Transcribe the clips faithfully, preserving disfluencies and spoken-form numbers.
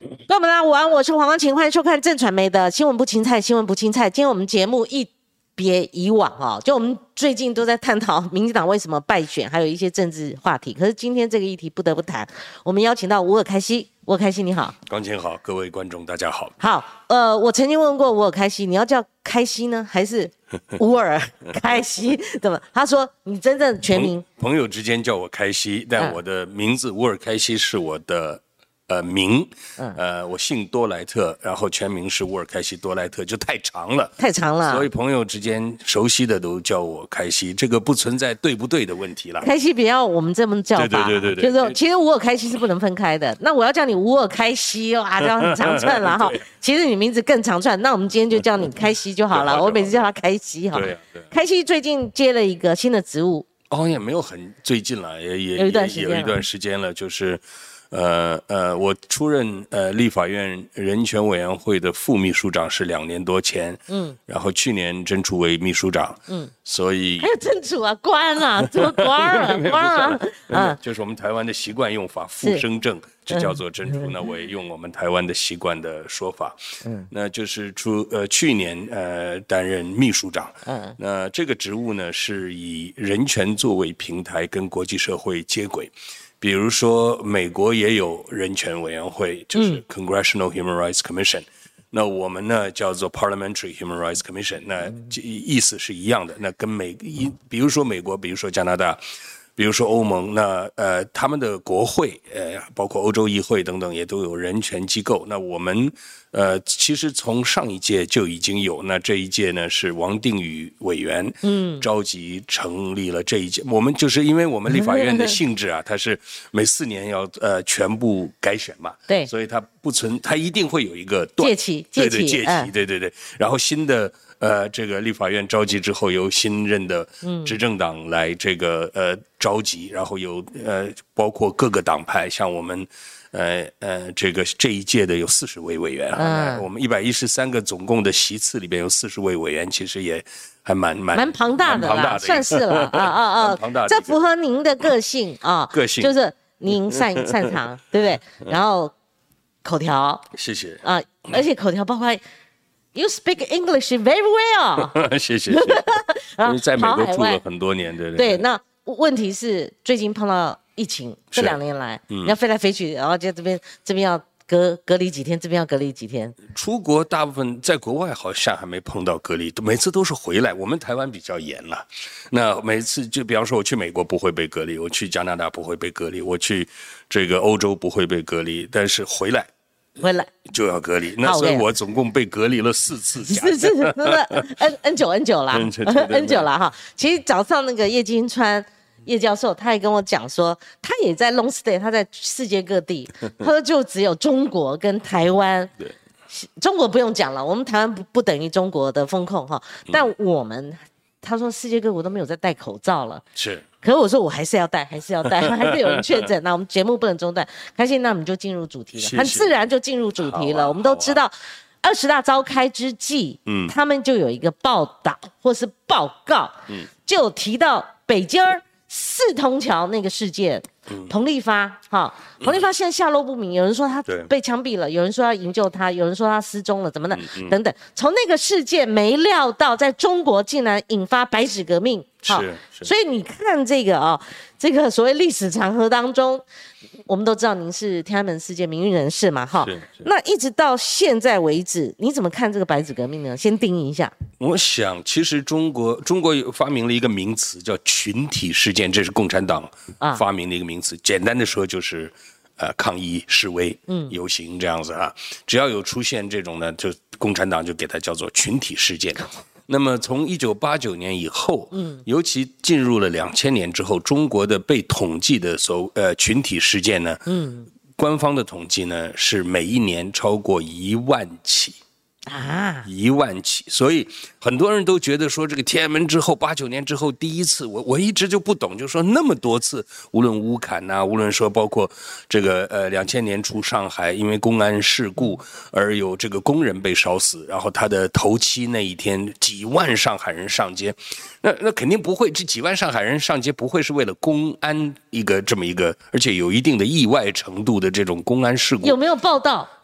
各位朋友午安，我是黄光芹，欢迎收看正传媒的新闻不青菜，新闻不青菜。今天我们节目一别以往哦，就我们最近都在探讨民进党为什么败选，还有一些政治话题。可是今天这个议题不得不谈，我们邀请到吴尔开西。吴尔开西你好。 光芹好，各位观众大家好。 好，呃，我曾经问过吴尔开西，你要叫开西呢，还是吴尔开西？怎么？他说你真正全名。 朋, 朋友之间叫我开西，但我的名字吴尔开西是我的。呃，名，呃，我姓多莱特，然后全名是乌尔开西多莱特，就太长了， 太长了， 所以朋友之间熟悉的都叫我开西，这个不存在对不对的问题了。 开西比较我们这么叫法， 对对对对对， 就是其实乌尔开西是不能分开的。那我要叫你乌尔开西哇，这样很长串了哈。其实你名字更长串，那我们今天就叫你开西就好了。我每次叫他开西哈。 对啊，对啊。 开西最近接了一个新的职务， 哦，也没有很最近了，也也有一段时间了， 有一段时间了，就是。呃呃，我出任呃立法院人权委员会的副秘书长是两年多前，嗯，然后去年甄楚为秘书长，嗯，所以还有甄楚啊，官啊，怎么官啊，官啊， 嗯，就是我们台湾的习惯用法，副生正就叫做甄楚，那我也用我们台湾的习惯的说法，嗯，那就是出呃去年呃担任秘书长，嗯，那这个职务呢是以人权作为平台跟国际社会接轨。比如说，美国也有人权委员会，就是 Congressional Human Rights Commission、嗯。那我们呢叫做 Parliamentary Human Rights Commission， 那意思是一样的。那跟美，比如说美国，比如说加拿大，比如说欧盟，那呃他们的国会，呃包括欧洲议会等等，也都有人权机构。那我们呃其实从上一届就已经有，那这一届呢是王定宇委员嗯召集成立了这一届。我们就是因为我们立法院的性质啊，它是每四年要呃全部改选嘛， 对， 所以它不存，它一定会有一个届期， 对对届期，嗯、对对对，然后新的。呃，这个立法院召集之后，由新任的执政党来这个呃召集，然后有呃包括各个党派，像我们呃呃这个这一届的有四十位委员啊，嗯、我们一百一十三个总共的席次里边有四十位委员，其实也还蛮蛮蛮庞大的啦，算是了啊啊啊，庞大的，这符合您的个性啊， 个性就是您擅擅长，对不对？然后口条， 谢谢啊，而且口条包括。You speak English very well 谢谢谢谢，因为在美国住了很多年，对对对。那问题是最近碰到疫情，这两年来、嗯、你要飞来飞去，然后在这边这边要隔隔离几天，这边要隔离几天。 出国大部分在国外好像还没碰到隔离，每次都是回来。我们台湾比较严了，那每次就比方说我去美国不会被隔离，我去加拿大不会被隔离，我去这个欧洲不会被隔离，但是回来。 回来就要隔离，那所以我总共被隔离了四次， 四次，真的 N N 九 N 九啦 ，N 九啦哈。其实早上那个叶金川叶教授，他也跟我讲说，他也在 long stay， 他在世界各地，他说就只有中国跟台湾，中国不用讲了，我们台湾不不等于中国的风控哈，但我们他说世界各国都没有在戴口罩了， 是。 可是我说我还是要戴，还是要戴，还是有人确诊。那我们节目不能中断，开心，那我们就进入主题了， 谢谢， 很自然就进入主题了。啊、我们都知道，二十大召开之际，嗯，他们就有一个报道或是报告，嗯，就有提到北京四通桥那个事件，嗯、彭丽发，哈，彭丽发现在下落不明，有人说他被枪毙了，有人说要营救他，有人说他失踪了，怎么的，嗯嗯、等等。从那个事件没料到，在中国竟然引发白纸革命。好，所以你看这个啊、哦，这个所谓历史长河当中，我们都知道您是天安门事件名誉人士嘛，哈。那一直到现在为止，你怎么看这个白纸革命呢？先定义一下。 我想，其实中国中国有发明了一个名词叫群体事件，这是共产党发明的一个名词。啊、简单的说就是，呃，抗议、示威、嗯、游行这样子啊。只要有出现这种呢，就共产党就给它叫做群体事件。那么从一九八九年以后，嗯，尤其进入了两千年之后，中国的被统计的所呃群体事件呢，嗯，官方的统计呢是每一年超过一万起。啊，一万起，所以很多人都觉得说这个天安门之后，八九年之后第一次，我我一直就不懂，就说那么多次，无论乌坎呐、啊，无论说包括这个呃两千年初上海因为公安事故而有这个工人被烧死，然后他的头七那一天几万上海人上街，那那肯定不会，这几万上海人上街不会是为了公安一个这么一个，而且有一定的意外程度的这种公安事故， 有没有报道？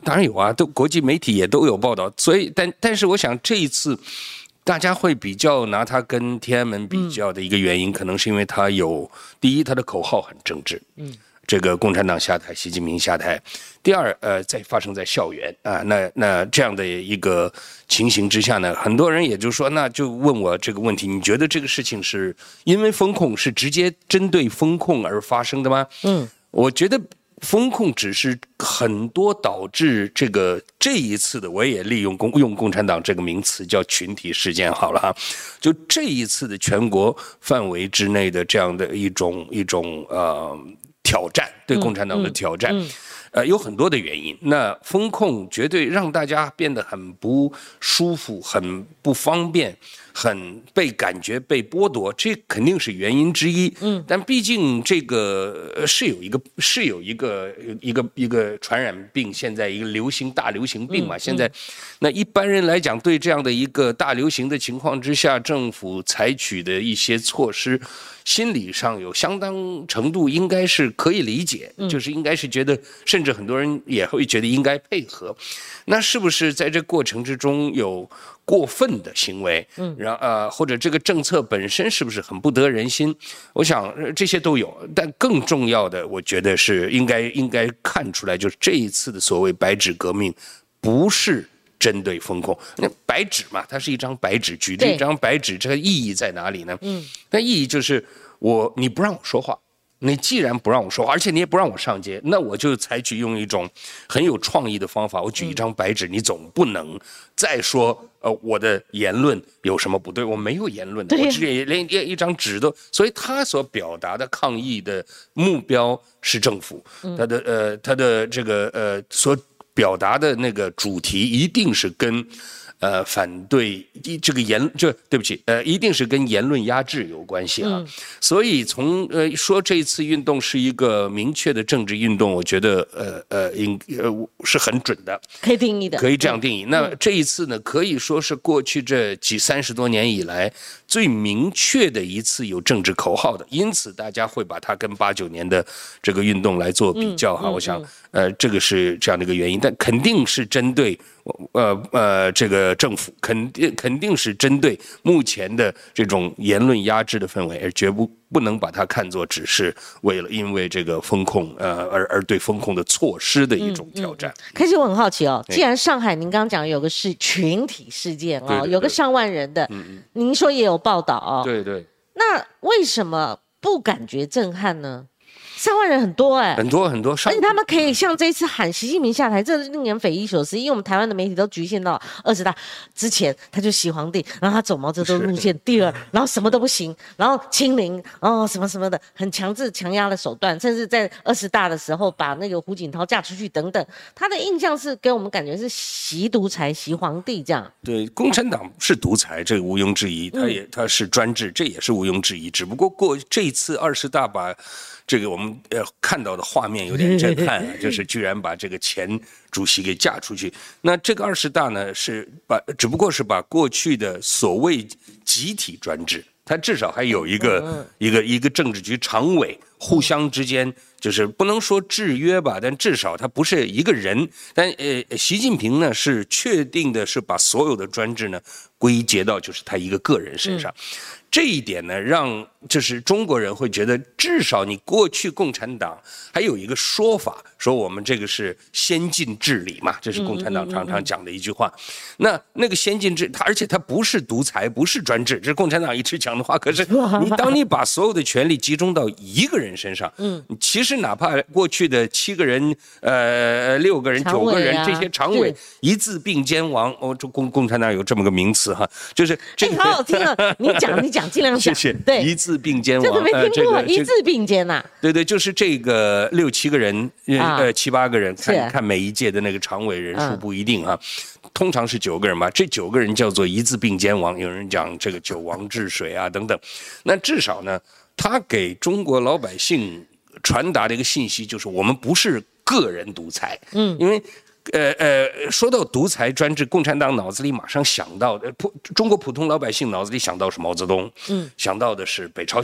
当然有啊，都国际媒体也都有报道。所以，但但是我想这一次。大家会比较拿它跟天安门比较的一个原因，嗯、可能是因为它有第一，它的口号很政治，嗯，这个共产党下台，习近平下台；第二，呃，在发生在校园啊，那那这样的一个情形之下呢，很多人也就说，那就问我这个问题，你觉得这个事情是因为风控是直接针对风控而发生的吗？嗯，我觉得。风控只是很多导致这个这一次的，我也利用共用共产党这个名词叫群体事件好了哈，就这一次的全国范围之内的这样的一种一种呃挑战，对共产党的挑战，嗯嗯嗯、呃有很多的原因。那风控绝对让大家变得很不舒服，很不方便。很被感觉被剥夺，这肯定是原因之一。嗯，但毕竟这个是有一个是有一个一个一个传染病，现在一个流行大流行病嘛。嗯、现在，那一般人来讲，对这样的一个大流行的情况之下，政府采取的一些措施，心理上有相当程度应该是可以理解，嗯、就是应该是觉得，甚至很多人也会觉得应该配合。那是不是在这过程之中有过分的行为？嗯，然后呃，或者这个政策本身是不是很不得人心？我想这些都有，但更重要的，我觉得是应该应该看出来，就是这一次的所谓白纸革命，不是针对风控。那白纸嘛，它是一张白纸，举这张白纸，这个意义在哪里呢？嗯，那意义就是我你不让我说话。你既然不让我说话，而且你也不让我上街，那我就采取用一种很有创意的方法，我举一张白纸，你总不能再说呃我的言论有什么不对，我没有言论的，我只连一张纸都，所以他所表达的抗议的目标是政府，他的呃他的这个呃所表达的那个主题一定是跟。呃，反对这个言，这对不起，呃，一定是跟言论压制有关系啊。嗯、所以从呃说这次运动是一个明确的政治运动，我觉得呃呃应呃是很准的， 可以定义的， 可以这样定义。嗯、那这一次呢，可以说是过去这几三十多年以来最明确的一次有政治口号的，因此大家会把它跟八九年的这个运动来做比较哈。嗯嗯、我想，呃，这个是这样的一个原因，但肯定是针对。呃呃，这个政府肯定肯定是针对目前的这种言论压制的氛围，而绝不不能把它看作只是为了因为这个风控呃而而对风控的措施的一种挑战。 嗯嗯、可是我很好奇哦，既然上海您刚刚讲有个是群体事件哦，对对对有个上万人的，嗯嗯您说也有报道哦， 对对， 那为什么不感觉震撼呢？三万人很多哎、欸， 很多很多， 而且他们可以像这一次喊习近平下台，这令人匪夷所思。因为我们台湾的媒体都局限到二十大之前，他就洗皇帝，然后他走毛泽东路线，第二，然后什么都不行，然后清零，哦什么什么的，很强制强压的手段，甚至在二十大的时候把那个胡锦涛嫁出去等等。他的印象是给我们感觉是习独裁、习皇帝这样。 对，共产党是独裁，这个毋庸置疑，他也他是专制，这也是毋庸置疑。只不过过这一次二十大把。这个我们呃看到的画面有点震撼啊，就是居然把这个前主席给嫁出去。那这个二十大呢，是把只不过是把过去的所谓集体专制，它至少还有一个一个一个政治局常委互相之间就是不能说制约吧，但至少他不是一个人。但呃，习近平呢是确定的是把所有的专制呢归结到就是他一个个人身上。嗯这一点呢，让就是中国人会觉得，至少你过去共产党还有一个说法，说我们这个是先进治理嘛，这是共产党常常讲的一句话。嗯嗯嗯、那那个先进治，它而且它不是独裁，不是专制，这是共产党一直讲的话。可是你当你把所有的权力集中到一个人身上，嗯，其实哪怕过去的七个人、呃六个人、九个人、啊、这些常委一字并肩亡，哦，这共共产党有这么个名词哈，就是这个。 哎，好好听啊！你讲，你讲。尽量讲， 谢谢。 对， 一字并肩亡， 这个没听过，呃这个、一字并肩呐、啊。 对对，就是这个六七个人，啊、呃七八个人，看看每一届的那个常委人数不一定哈，嗯、通常是九个人吧。这九个人叫做一字并肩亡，有人讲这个九王治水啊等等。那至少呢，他给中国老百姓传达的一个信息就是，我们不是个人独裁，嗯，因为。呃呃，说到独裁专制，共产党脑子里马上想到的，普中国普通老百姓脑子里想到是毛泽东，嗯，想到的是北朝鲜，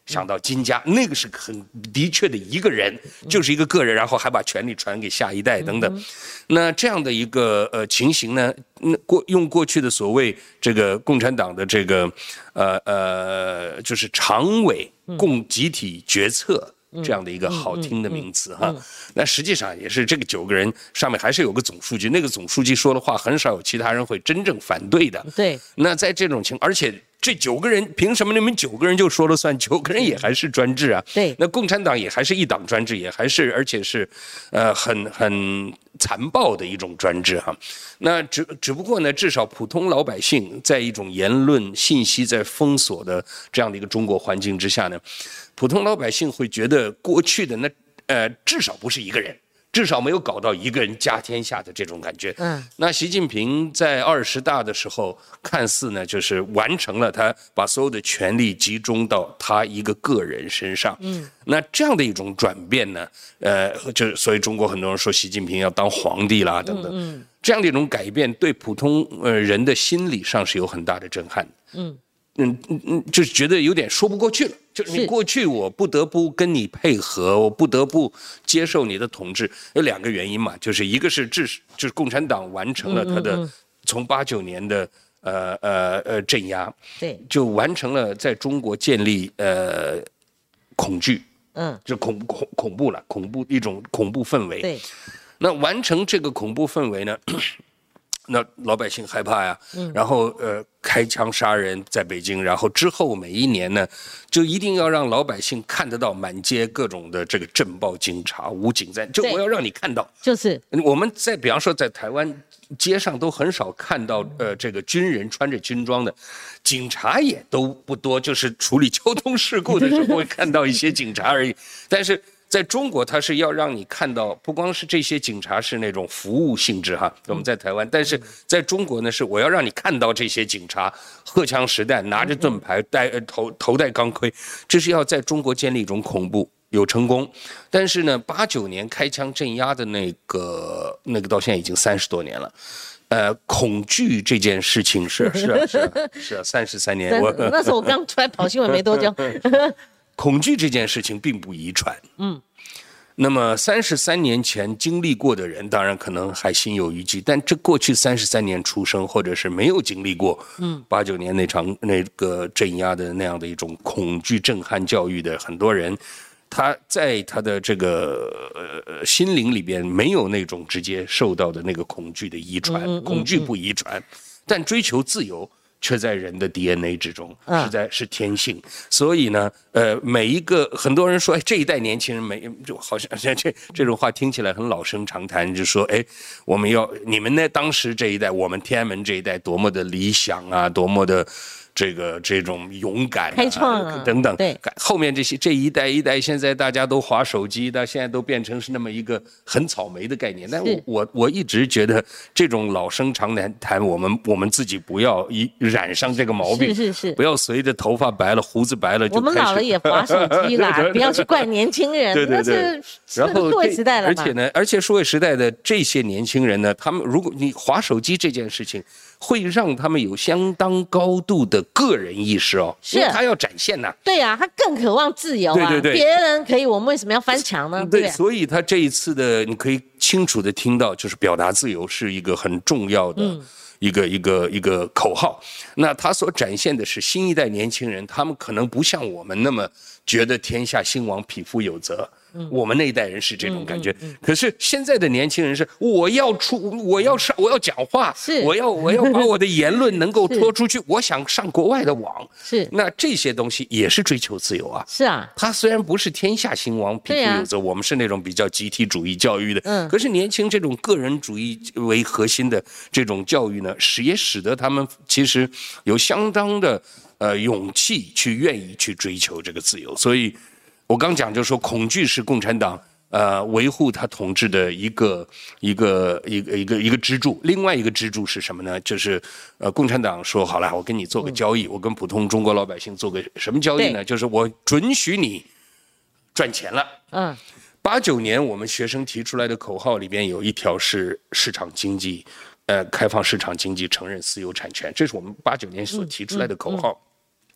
想到金家，那个是很的确的一个人，就是一个个人，然后还把权力传给下一代等等。那这样的一个呃情形呢，那过用过去的所谓这个共产党的这个呃呃就是常委共集体决策。这样的一个好听的名词哈，那实际上也是这个九个人上面还是有个总书记，那个总书记说的话很少有其他人会真正反对的。 对， 那在这种情况，而且这九个人凭什么你们九个人就说了算？九个人也还是专制啊。 对， 那共产党也还是一党专制，也还是而且是，呃，很很残暴的一种专制哈。那只只不过呢，至少普通老百姓在一种言论信息在封锁的这样的一个中国环境之下呢。普通老百姓会觉得过去的那呃至少不是一个人，至少没有搞到一个人家天下的这种感觉。嗯，那习近平在二十大的时候，看似呢就是完成了他把所有的权力集中到他一个个人身上。嗯，那这样的一种转变呢，呃，就所以中国很多人说习近平要当皇帝啦等等。嗯，这样的一种改变对普通呃人的心理上是有很大的震撼的。嗯。嗯嗯嗯，就是觉得有点说不过去了。就是你过去我不得不跟你配合，我不得不接受你的统治，有两个原因嘛，就是一个是致使就是共产党完成了他的从八九年的呃呃呃镇压， 对， 就完成了在中国建立呃恐惧，嗯，就恐恐恐怖了，恐怖一种恐怖氛围。 对， 那完成这个恐怖氛围呢？那老百姓害怕呀，然后呃开枪杀人在北京，然后之后每一年呢，就一定要让老百姓看得到满街各种的这个镇暴警察、武警在，就我要让你看到， 就是我们在比方说在台湾街上都很少看到呃这个军人穿着军装的，警察也都不多，就是处理交通事故的时候会看到一些警察而已，但是。在中国，它是要让你看到，不光是这些警察是那种服务性质哈，我们在台湾，但是在中国呢，是我要让你看到这些警察荷枪实弹，拿着盾牌，戴头头戴钢盔，这是要在中国建立一种恐怖，有成功。但是呢，八九年开枪镇压的那个那个到现在已经三十多年了。呃，恐惧这件事情是是啊是啊是啊，三十三年，我那时候我刚出来跑新闻没多久。 恐惧这件事情并不遗传，嗯，那么三十三年前经历过的人，当然可能还心有余悸，但这过去三十三年出生或者是没有经历过，嗯，八九年那场那个镇压的那样的一种恐惧震撼教育的很多人，他在他的这个呃心灵里边没有那种直接受到的那个恐惧的遗传，嗯嗯嗯恐惧不遗传，但追求自由。却在人的 D N A 之中，是在是天性，所以呢，呃，每一个很多人说，哎，这一代年轻人没就好像这这种话听起来很老生常谈，就说，哎，我们要你们呢，当时这一代，我们天安门这一代多么的理想啊，多么的。这个这种勇敢、啊、 开创啊等等， 对， 后面这些这一代一代，现在大家都滑手机，到现在都变成是那么一个很草莓的概念。但我我我一直觉得这种老生常谈，我们我们自己不要一染上这个毛病， 是是是， 不要随着头发白了、胡子白了就开始。 我们老了也滑手机啦，不要去怪年轻人， 对对对， 然后数位时代了嘛。 而且呢，而且数位时代的这些年轻人呢，他们如果你滑手机这件事情。会让他们有相当高度的个人意识哦， 是因为他要展现呐、啊。 对啊，他更渴望自由啊。 对对对， 别人可以，我们为什么要翻墙呢？ 对， 对， 所以他这一次的，你可以清楚的听到，就是表达自由是一个很重要的。嗯一个一个一个口号，那他所展现的是新一代年轻人，他们可能不像我们那么觉得天下兴亡，匹夫有责。嗯、我们那一代人是这种感觉，嗯嗯嗯、可是现在的年轻人是我要出，我要上，我要讲话， 是我要我要把我的言论能够拖出去，我想上国外的网， 是那这些东西也是追求自由啊。 是啊， 他虽然不是天下兴亡，匹夫有责，啊、我们是那种比较集体主义教育的， 嗯， 可是年轻这种个人主义为核心的这种教育呢，使也使得他们其实有相当的呃勇气去愿意去追求这个自由，所以。我刚讲就是说，恐惧是共产党呃维护他统治的一个一个一个一个一个支柱。另外一个支柱是什么呢？就是呃，共产党说好了，我跟你做个交易，嗯、我跟普通中国老百姓做个什么交易呢？就是我准许你赚钱了。嗯，八九年我们学生提出来的口号里边有一条是市场经济，呃，开放市场经济，承认私有产权，这是我们八九年所提出来的口号。嗯嗯嗯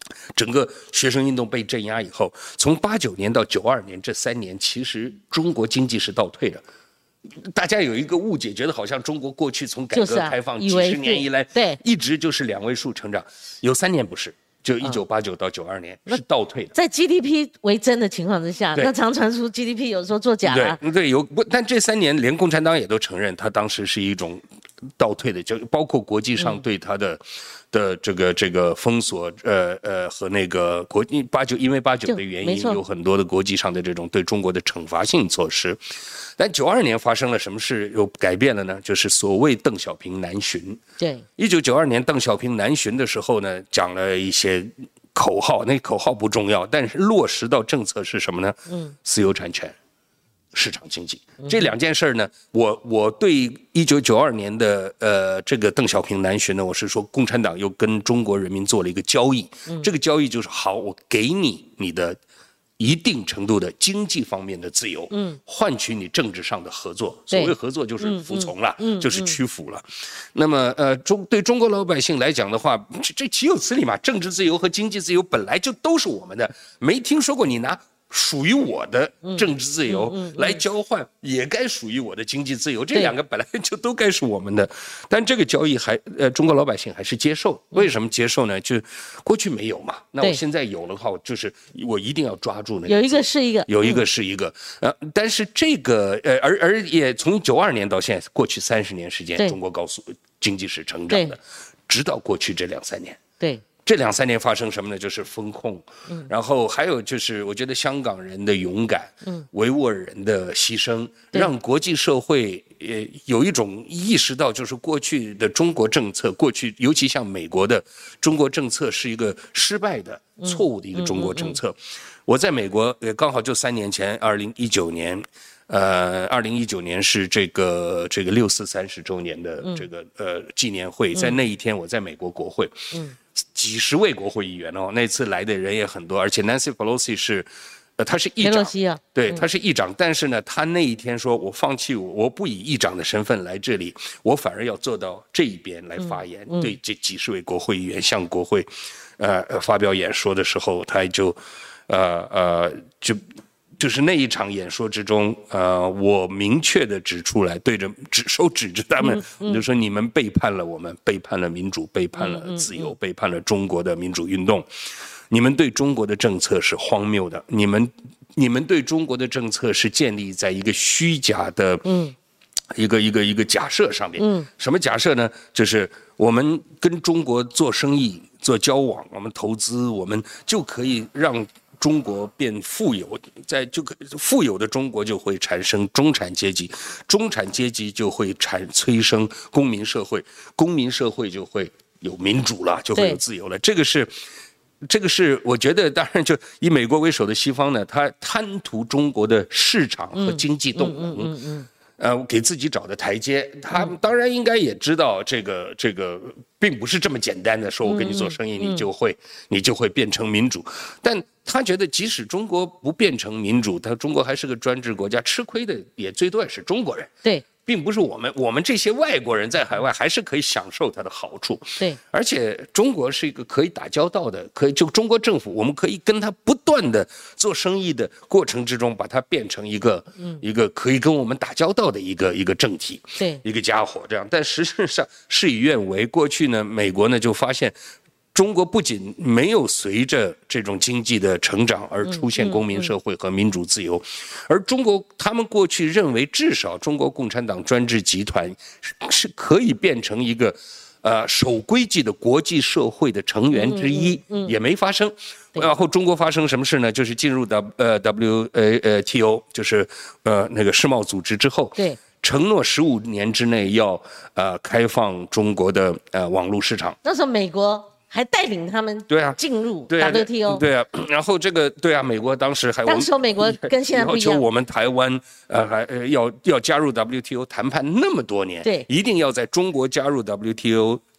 整个学生运动被镇压以后，从八九年到九二年这三年，其实中国经济是倒退的。大家有一个误解，觉得好像中国过去从改革开放几十年以来， 对， 一直就是两位数成长，有三年不是。就一九八九到九二年是倒退的， 在 G D P 为真的情况之下，那常传出 G D P 有时候作假了。 对对，有不，但这三年连共产党也都承认，他当时是一种倒退的，就包括国际上对他的、嗯、的这个这个封锁，呃呃和那个国八九因为八九的原因，有很多的国际上的这种对中国的惩罚性措施。但九二年发生了什么事又改变了呢？就是所谓邓小平南巡。 对， 一九九二年邓小平南巡的时候呢，讲了一些口号，那口号不重要，但是落实到政策是什么呢？嗯，私有产权、市场经济这两件事呢，我我对一九九二年的呃这个邓小平南巡呢，我是说共产党又跟中国人民做了一个交易，嗯、这个交易就是好，我给你你的一定程度的经济方面的自由，嗯，换取你政治上的合作。所谓合作就是服从了，嗯嗯、就是屈服了。嗯嗯、那么，呃，中对中国老百姓来讲的话，这这岂有此理嘛？政治自由和经济自由本来就都是我们的，没听说过你拿属于我的政治自由来交换，也该属于我的经济自由。这两个本来就都该是我们的，但这个交易还呃中国老百姓还是接受。为什么接受呢？就过去没有嘛，那我现在有的话，就是我一定要抓住那个。 有一个是一个， 有一个是一个。呃，但是这个呃，而而也从九二年到现在，过去三十年时间，中国高速经济是成长的，直到过去这两三年。 对。 这两三年发生什么呢？就是风控，嗯、然后还有就是，我觉得香港人的勇敢，嗯、维吾尔人的牺牲，让国际社会呃有一种意识到，就是过去的中国政策，过去尤其像美国的中国政策是一个失败的、嗯、错误的一个中国政策。嗯嗯嗯、我在美国，呃，刚好就三年前，二零一九年。呃，二零一九年是这个这个六四三十周年的这个、嗯、呃纪念会，在那一天我在美国国会，嗯，几十位国会议员哦，那次来的人也很多，而且 Nancy Pelosi 是，呃，他是议长，啊、对，他是议长，嗯、但是呢，他那一天说我放弃我，我不以议长的身份来这里，我反而要坐到这一边来发言，嗯嗯、对这几十位国会议员向国会，呃发表演说的时候，他就，呃呃就。就是那一场演说之中，呃，我明确地指出来，对着指手指着他们，嗯嗯、就说你们背叛了我们，背叛了民主，背叛了自由，嗯嗯、背叛了中国的民主运动。你们对中国的政策是荒谬的，你们你们对中国的政策是建立在一个虚假的，嗯，一个一个一个假设上面。嗯，什么假设呢？就是我们跟中国做生意、做交往，我们投资，我们就可以让中国变富有，在就可富有的中国就会产生中产阶级，中产阶级就会产催生公民社会，公民社会就会有民主了，就会有自由了。这个是，这个是我觉得，当然就以美国为首的西方呢，他贪图中国的市场和经济动能。嗯嗯嗯嗯呃，给自己找的台阶，他当然应该也知道这个这个并不是这么简单的，说我跟你做生意，你就会你就会变成民主。但他觉得，即使中国不变成民主，他中国还是个专制国家，吃亏的也最多也是中国人。 对。 并不是我们，我们这些外国人在海外还是可以享受它的好处。 对， 而且中国是一个可以打交道的，可以就中国政府，我们可以跟他不断的做生意的过程之中，把它变成一个、嗯、一个可以跟我们打交道的一个一个政体， 对， 一个家伙这样。但实际上事与愿违，过去呢，美国呢就发现。中国不仅没有随着这种经济的成长而出现公民社会和民主自由，而中国他们过去认为至少中国共产党专制集团是可以变成一个呃守规矩的国际社会的成员之一，也没发生。然后中国发生什么事呢？就是进入 W 呃 W 呃呃 T O， 就是呃那个世贸组织之后， 对。 承诺十五年之内要呃开放中国的呃网络市场。 那时候美国。还带领他们对啊进入 W T O 对啊，然后这个对啊，美国当时还当时美国跟现在不一样， 要求我们台湾呃还要要加入 W T O 谈判那么多年， 对， 一定要在中国加入 W T O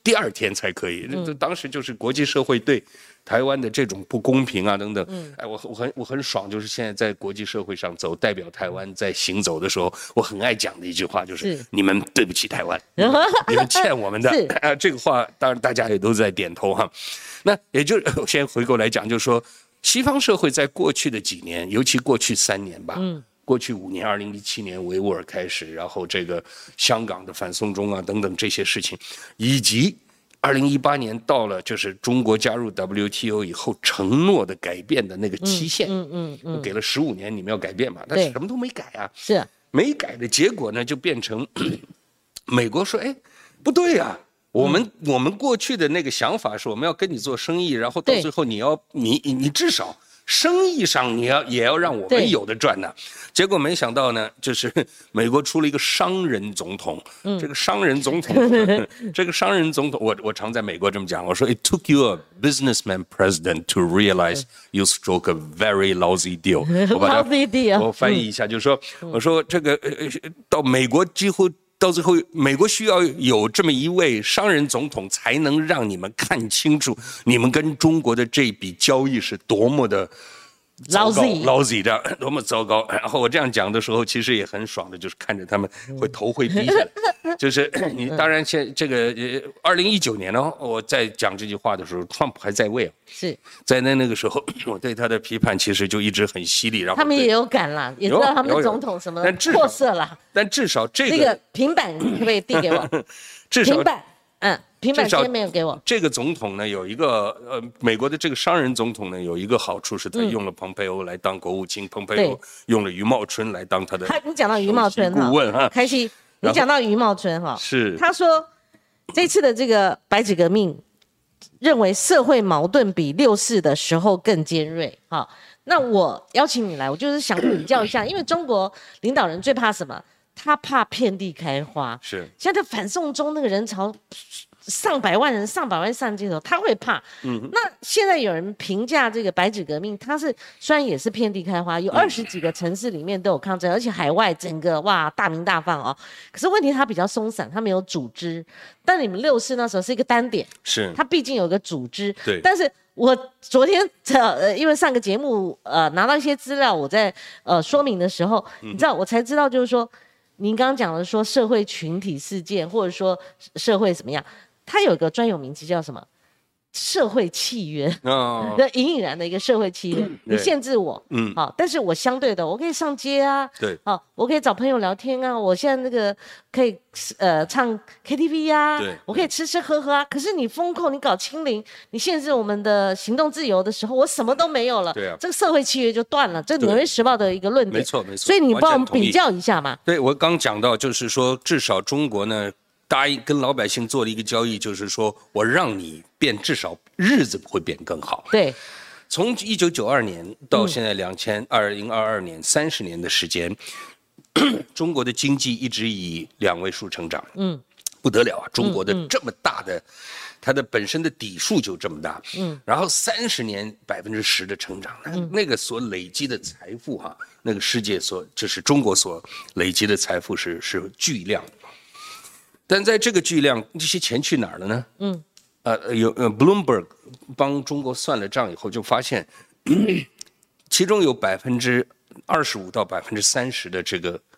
第二天才可以。嗯、当时就是国际社会对台湾的这种不公平啊等等，嗯、哎，我我很我很爽，就是现在在国际社会上走，代表台湾在行走的时候，我很爱讲的一句话就是：是你们对不起台湾，你们欠我们的。啊，这个话当然大家也都在点头哈。那也就我先回过来讲，就是说西方社会在过去的几年，尤其过去三年吧，嗯。过去五年，二零一七年维吾尔开始，然后这个香港的反送中啊等等这些事情，以及二零一八年到了就是中国加入 W T O 以后承诺的改变的那个期限，嗯嗯嗯，给了十五年，你们要改变嘛，但是什么都没改啊， 是没改的结果呢，就变成美国说，哎，不对呀、啊。我们、嗯、我们过去的那个想法是我们要跟你做生意，然后到最后你要你你至少。生意上你要也要让我们有的赚呢、啊，结果没想到呢，就是美国出了一个商人总统，嗯、这个商人总统，这个商人总统，我我常在美国这么讲，我说 It took you a businessman president to realize you struck a very lousy deal。我把它 lousy deal， 我翻译一下，就是说，我说这个呃到美国几乎。到最后，美国需要有这么一位商人总统，才能让你们看清楚，你们跟中国的这笔交易是多么的糟糕 lousy 的，多么糟糕。然后我这样讲的时候，其实也很爽的，就是看着他们会头会低下来。就是你当然现这个二零一九年呢，我在讲这句话的时候 ，Trump 还在位啊。 是在那那个时候，我对他的批判其实就一直很犀利。然后他们也有感啦，也知道他们总统什么货色啦。 但至少这个这个平板可不可以递给我？ 至少平板，嗯，平板今天没有给我。 这个总统呢，有一个呃，美国的这个商人总统呢，有一个好处是他用了蓬佩欧来当国务卿，蓬佩欧用了余茂春来当他的。 你讲到余茂春顾问哈， 开心。你讲到余茂春哈， 是他说这次的这个白纸革命。认为社会矛盾比六四的时候更尖锐。好，那我邀请你来，我就是想比较一下，因为中国领导人最怕什么？他怕遍地开花。 是， 现在反送中那个人潮，上百万人、上百万上街头，他会怕。嗯，那现在有人评价这个白纸革命，它是虽然也是遍地开花，有二十几个城市里面都有抗争，而且海外整个哇大鸣大放哦。可是问题它比较松散，它没有组织。但你们六四那时候是一个单点， 是它毕竟有个组织。 对， 但是我昨天呃，因为上个节目呃拿到一些资料，我在呃说明的时候，嗯、你知道我才知道，就是说您刚刚讲的说社会群体事件，或者说社会怎么样。它有一个专有名词叫什么？社会契约，哦，那隐隐然的一个社会契约。你限制我，嗯，好，但是我相对的，我可以上街啊， 对， 好，我可以找朋友聊天啊，我现在那个可以呃唱 K T V 啊， 对， 我可以吃吃喝喝啊。可是你封控，你搞清零，你限制我们的行动自由的时候，我什么都没有了， 对啊， 这个社会契约就断了。这《纽约时报》的一个论点， 没错没错。 所以你帮我们比较一下嘛。 对，我刚讲到，就是说，至少中国呢。答应跟老百姓做了一个交易，就是说我让你变，至少日子会变更好。 对， 从一九九二年到现在两千二零二二年，三十年的时间，中国的经济一直以两位数成长。嗯，不得了啊！中国的这么大的，嗯嗯、它的本身的底数就这么大。嗯，然后三十年百分之十的成长，嗯、那个所累积的财富哈、啊，那个世界所就是中国所累积的财富是是巨量。但在这个巨量，这些钱去哪儿了呢？嗯，呃，有呃 ，Bloomberg 帮中国算了账以后，就发现，嗯、其中有百分之二十五到百分之三十的这个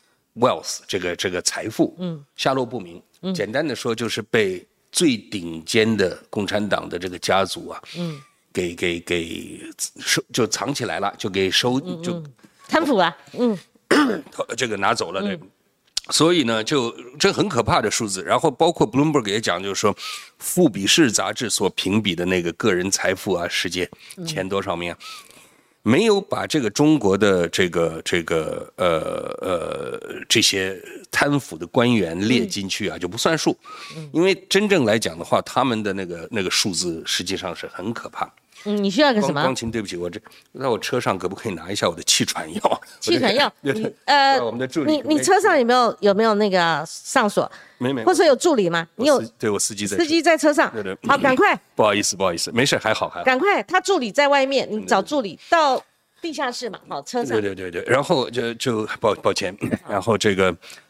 wealth 这个这个财富，嗯，下落不明。嗯，简单的说，就是被最顶尖的共产党的这个家族啊，嗯，给给给收就藏起来了，就给收嗯嗯就贪腐了，嗯， 这个拿走了，对。嗯，所以呢，就这很可怕的数字。然后包括 Bloomberg 也讲，就是说，富比士杂志所评比的那个个人财富啊，世界前多少名啊，没有把这个中国的这个这个呃呃这些贪腐的官员列进去啊，就不算数。因为真正来讲的话，他们的那个那个数字实际上是很可怕。 嗯，你需要个什么？ 光琴，对不起，我这在我车上可不可以拿一下我的气喘药？ 气喘药，你呃， 我们的助理， 你你车上有没有有没有那个上锁？ 没没， 或者有助理吗？你有？ 对，我司机在。 司机在车上。 对对。 好，赶快。 不好意思，不好意思，没事，还好还好。 赶快，他助理在外面，你找助理到地下室嘛，好，车上。 对对对对，然后就就抱抱歉，然后这个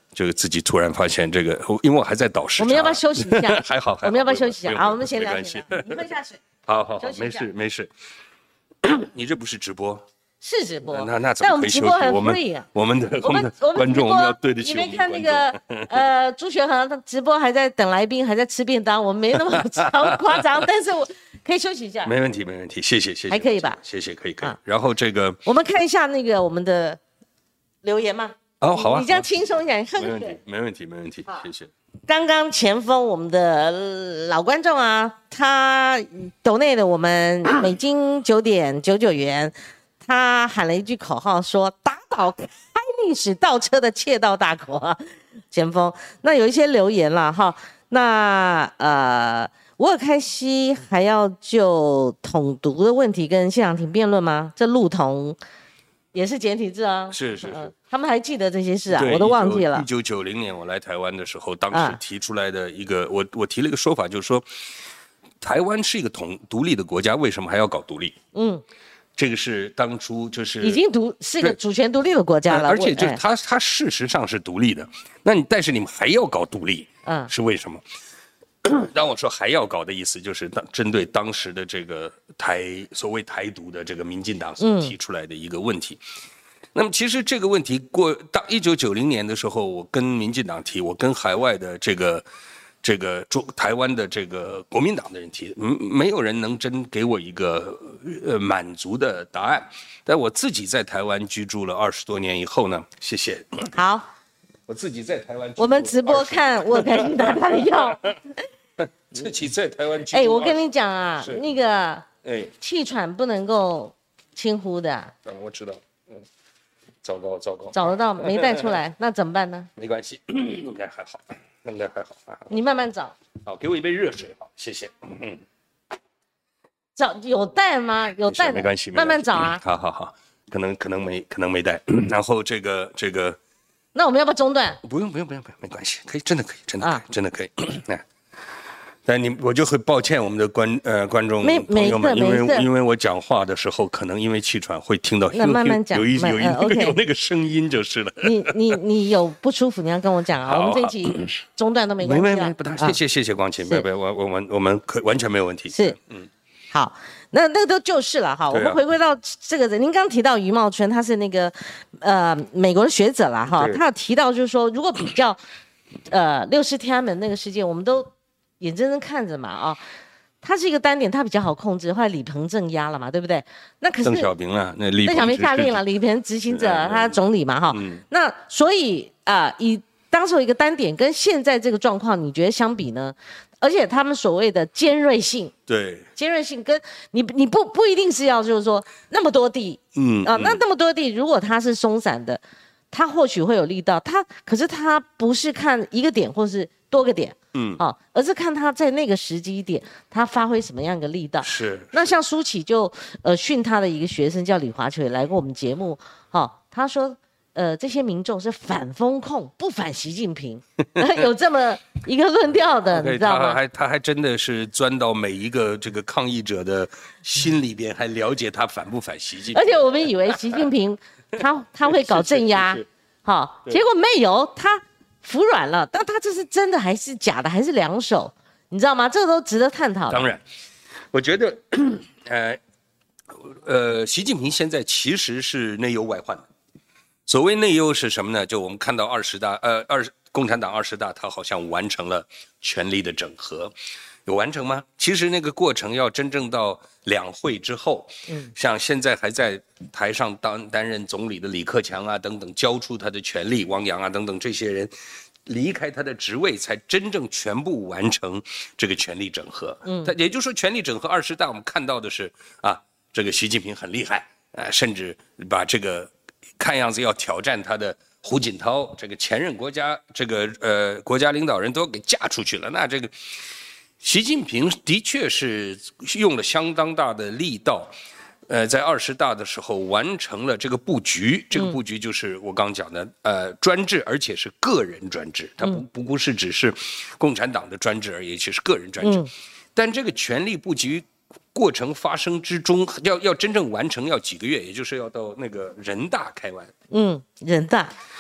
这个自己突然发现这个，因为我还在倒时差。 我们要不要休息一下？ 还好，还好。 我们要不要休息一下？好，我们先聊。 没关系， 你喝下水。 好好好，没事没事。你这不是直播？ 是直播。 那那怎么可以休息？我们我们的我们的观众，我们要对得起我们的观众。你没看那个呃朱学恒他直播还在等来宾，还在吃便当，我们没那么夸张，但是我可以休息一下。 没问题没问题，谢谢谢谢。 还可以吧？ 谢谢可以可以。然后这个我们看一下那个我们的留言嘛。 哦，好啊， 你这样轻松一点， 没问题，没问题，没问题，谢谢。 刚刚前锋我们的老观众啊，他抖内的我们美金九点九九元，他喊了一句口号说：“打倒开历史倒车的窃盗大国。”前锋，那有一些留言了哈，那呃，吴尔开西还要就统独的问题跟谢长廷辩论吗？这陆统也是简体字啊， 是是是。 呃他们还记得这些事啊，我都忘记了。 一九九零年我来台湾的时候，当时提出来的一个，啊、我我提了一个说法，就是说，台湾是一个统独立的国家，为什么还要搞独立？嗯，这个是当初就是已经独是一个主权独立的国家了， 而且就是它它事实上是独立的，那你但是你们还要搞独立，嗯，是为什么？当我说还要搞的意思，就是当针对当时的这个台所谓台独的这个民进党所提出来的一个问题。嗯，那么其实这个问题过到一九九零年的时候，我跟民进党提，我跟海外的这个这个中台湾的这个国民党的人提，嗯，没有人能真给我一个呃满足的答案。但我自己在台湾居住了二十多年以后呢，谢谢。 好， 我自己在台湾， 我们直播看我给你打他的药。 自己在台湾居住。哎， 我跟你讲啊，那个哎，气喘不能够轻忽的。 嗯，我知道。嗯。糟糕，糟糕， 找得到没带出来，那怎么办呢？ 没关系，应该还好，应该还好，还好。 你慢慢找。 好，给我一杯热水，好，谢谢。嗯， 找有带吗？有带， 没关系， 慢慢找啊。 好好好，可能可能没可能没带。然后这个这个， 那我们要不要中断？ 不用不用不用不用，没关系，可以，真的可以，真的可以，啊、真的可以。哎。但你我就会抱歉我们的观呃观众朋友们，因为因为我讲话的时候可能因为气喘会听到那慢慢讲， 有一有一、 呃、okay, 有那个声音就是了。 你你你有不舒服你要跟我讲啊，我们这一集中断都没关系、啊。 没没没不大，谢谢谢谢光琴，没没我我们我们可完全没有问题。 是嗯好，那那个都就是了哈。我们回归到这个人，您刚提到余茂春，他是那个呃美国的学者啦哈，他有提到就是说，如果比较呃六四天安门那个事件，我们都眼睁睁看着嘛啊、哦，它是一个单点，它比较好控制，后来李鹏镇压了嘛，对不对？那可是邓小平啊，那李邓小平下令了，李鹏执行者，他总理嘛哈、嗯。那所以啊、呃，以当时有一个单点跟现在这个状况，你觉得相比呢？而且他们所谓的尖锐性， 对尖锐性跟你你不不一定是要就是说那么多地，嗯啊、呃，那那么多地，如果它是松散的，它或许会有力道，它可是它不是看一个点或是多个点。嗯，哦，而是看他在那个时机点，他发挥什么样的力道。 是。 那像舒淇就呃训他的一个学生叫李华球也来过我们节目，哈、哦，他说呃这些民众是反风控，不反习近平，有这么一个论调的， okay, 你知道吗？ 他还他还真的是钻到每一个这个抗议者的心里边，还了解他反不反习近平。 而且我们以为习近平他他会搞镇压，好、哦，结果没有他。服软了，但他这是真的还是假的，还是两手，你知道吗？这个都值得探讨。 当然，我觉得，呃，呃，习近平现在其实是内忧外患的。所谓内忧是什么呢？就我们看到二十大，呃，二共产党二十大，他好像完成了权力的整合。有完成吗？其实那个过程要真正到两会之后，嗯，像现在还在台上当担任总理的李克强啊等等，交出他的权力，汪洋啊等等这些人离开他的职位，才真正全部完成这个权力整合。嗯，他也就是说，权力整合二十大，我们看到的是啊，这个习近平很厉害，啊，甚至把这个看样子要挑战他的胡锦涛这个前任国家这个呃国家领导人都给架出去了，那这个。习近平的确是用了相当大的力道，呃，在二十大的时候完成了这个布局。这个布局就是我刚讲的，呃，专制，而且是个人专制，它不不不是只是共产党的专制而已，且是个人专制。但这个权力布局过程发生之中，要要真正完成要几个月，也就是要到那个人大开完。 嗯，人大。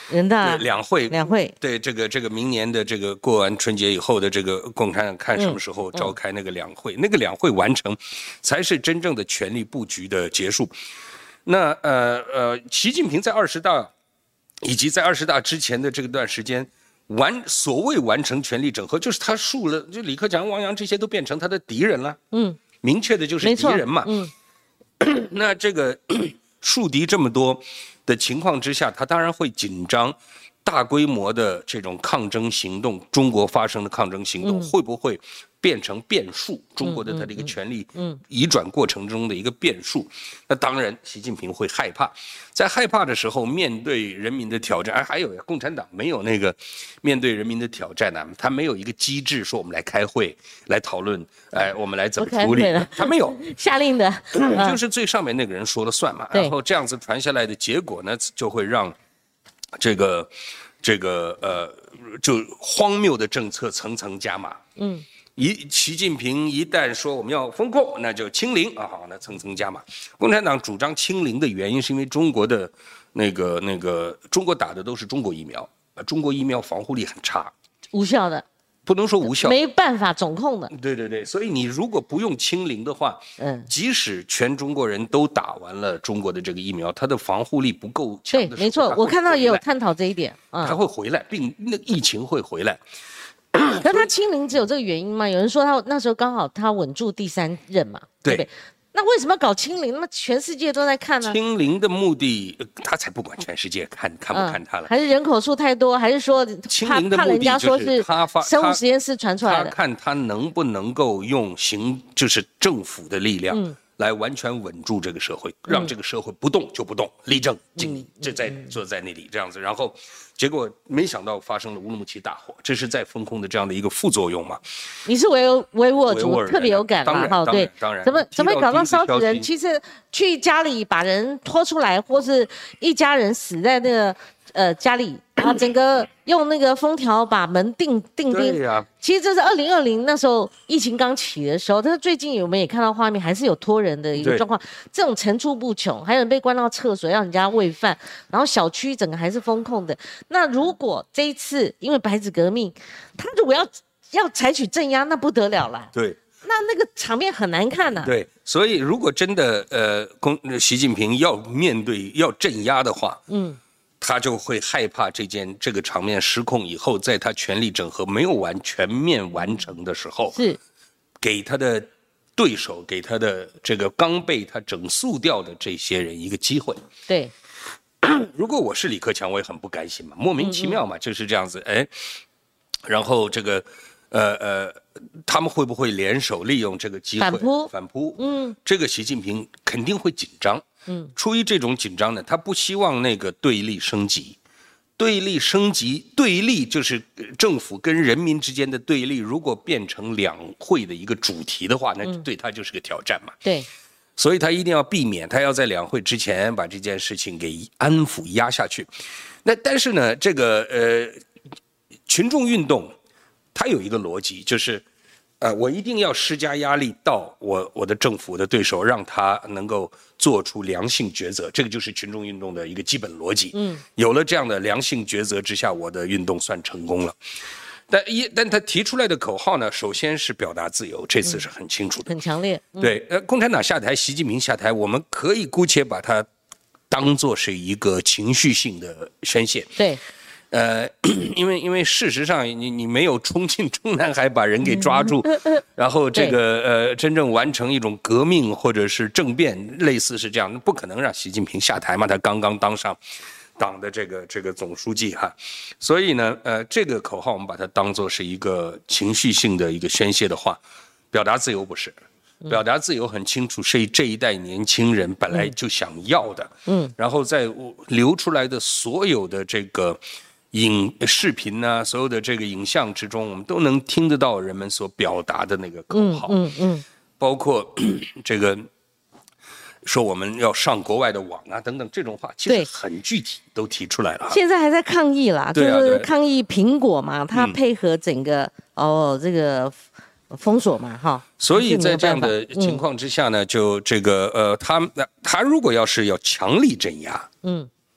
人大两会两会对这个这个明年的这个过完春节以后的这个共产党看什么时候召开那个两会，嗯嗯、那个两会完成，才是真正的权力布局的结束。那呃呃，习近平在二十大以及在二十大之前的这个段时间。完所谓完成权力整合，就是他树了，就李克强、王阳这些都变成他的敌人了。嗯，明确的就是敌人嘛。嗯，那这个树敌这么多的情况之下，他当然会紧张，大规模的这种抗争行动，中国发生的抗争行动、嗯、会不会变成变数？中国的他的一个权力移转过程中的一个变数。嗯嗯、那当然，习近平会害怕，在害怕的时候，面对人民的挑战，哎，还有共产党没有那个面对人民的挑战呢、啊，他没有一个机制说我们来开会来讨论，哎，我们来怎么处理？他没有下令的， 就是最上面那个人说了算嘛。然后这样子传下来的结果呢，就会让这个这个呃，就荒谬的政策层层加码。嗯。一习近平一旦说我们要封控，那就清零啊，好，那层层加码。共产党主张清零的原因，是因为中国的那个那个中国打的都是中国疫苗，啊，中国疫苗防护力很差， 无效的， 不能说无效， 没办法总控的。 对对对，所以你如果不用清零的话，嗯，即使全中国人都打完了中国的这个疫苗，它的防护力不够强的时候， 对，没错，我看到也有探讨这一点， 嗯，它会回来，并那疫情会回来。 可他清零只有这个原因吗？有人说他那时候刚好他稳住第三任嘛，对不对？那为什么要搞清零？那么全世界都在看呢？ 清零的目的，他才不管全世界看看不看他了。 嗯、还是人口数太多，还是说怕怕人家说是生物实验室传出来的？ 他看他能不能够用行，就是政府的力量。嗯，来完全稳住这个社会，让这个社会不动就不动，立正敬礼，就在坐在那里这样子。然后，结果没想到发生了乌鲁木齐大火，这是在风控的这样的一个副作用嘛？ 你是维维吾尔族，特别有感嘛？哈，对， 当然， 怎么怎么会搞到烧死人？其实去家里把人拖出来，或是一家人死在那个呃家里。啊，整个用那个封条把门钉钉钉。 对呀。 其实这是二零二零那时候疫情刚起的时候，但是最近我们也看到画面，还是有拖人的一个状况，这种层出不穷，还有人被关到厕所要人家喂饭，然后小区整个还是封控的。那如果这一次因为白纸革命，他如果要要采取镇压，那不得了了。 对。 那那个场面很难看呐、啊。 对，所以如果真的呃，公习近平要面对要镇压的话，嗯。他就会害怕这件这个场面失控以后，在他权力整合没有完全面完成的时候， 是给他的对手，给他的这个刚被他整肃掉的这些人一个机会。 对， 如果我是李克强，我也很不甘心嘛，莫名其妙嘛，嗯嗯就是这样子，哎，然后这个，呃呃，他们会不会联手利用这个机会反扑？ 反扑，嗯，这个习近平肯定会紧张。嗯，出于这种紧张呢，他不希望那个对立升级，对立升级，对立就是政府跟人民之间的对立，如果变成两会的一个主题的话，那对他就是个挑战嘛。 嗯、对， 所以他一定要避免，他要在两会之前把这件事情给安抚压下去。那但是呢，这个呃群众运动，它有一个逻辑，就是。呃，我一定要施加压力到我我的政府的对手，让他能够做出良性抉择，这个就是群众运动的一个基本逻辑。嗯，有了这样的良性抉择之下，我的运动算成功了。但一但他提出来的口号呢，首先是表达自由，这次是很清楚的， 嗯、很强烈。 嗯、对，呃，共产党下台，习近平下台，我们可以姑且把它当作是一个情绪性的宣泄。 对。 呃，因为因为事实上你你没有冲进中南海把人给抓住，嗯、然后这个呃真正完成一种革命或者是政变，类似是这样，不可能让习近平下台嘛，他刚刚当上党的这个这个总书记哈，所以呢，呃，这个口号我们把它当作是一个情绪性的一个宣泄的话，表达自由不是。表达自由很清楚，是这一代年轻人本来就想要的。嗯，然后在流出来的所有的这个。影视频呢、啊，所有的这个影像之中，我们都能听得到人们所表达的那个口号，嗯 嗯, 嗯，包括这个说我们要上国外的网啊等等这种话，其实很具体都提出来了。 现在还在抗议啦，就是抗议苹果嘛，它配合整个、嗯、哦这个封锁嘛，哈。 所以在这样的情况之下呢，嗯、就这个呃，他他如果要是要强力镇压，嗯。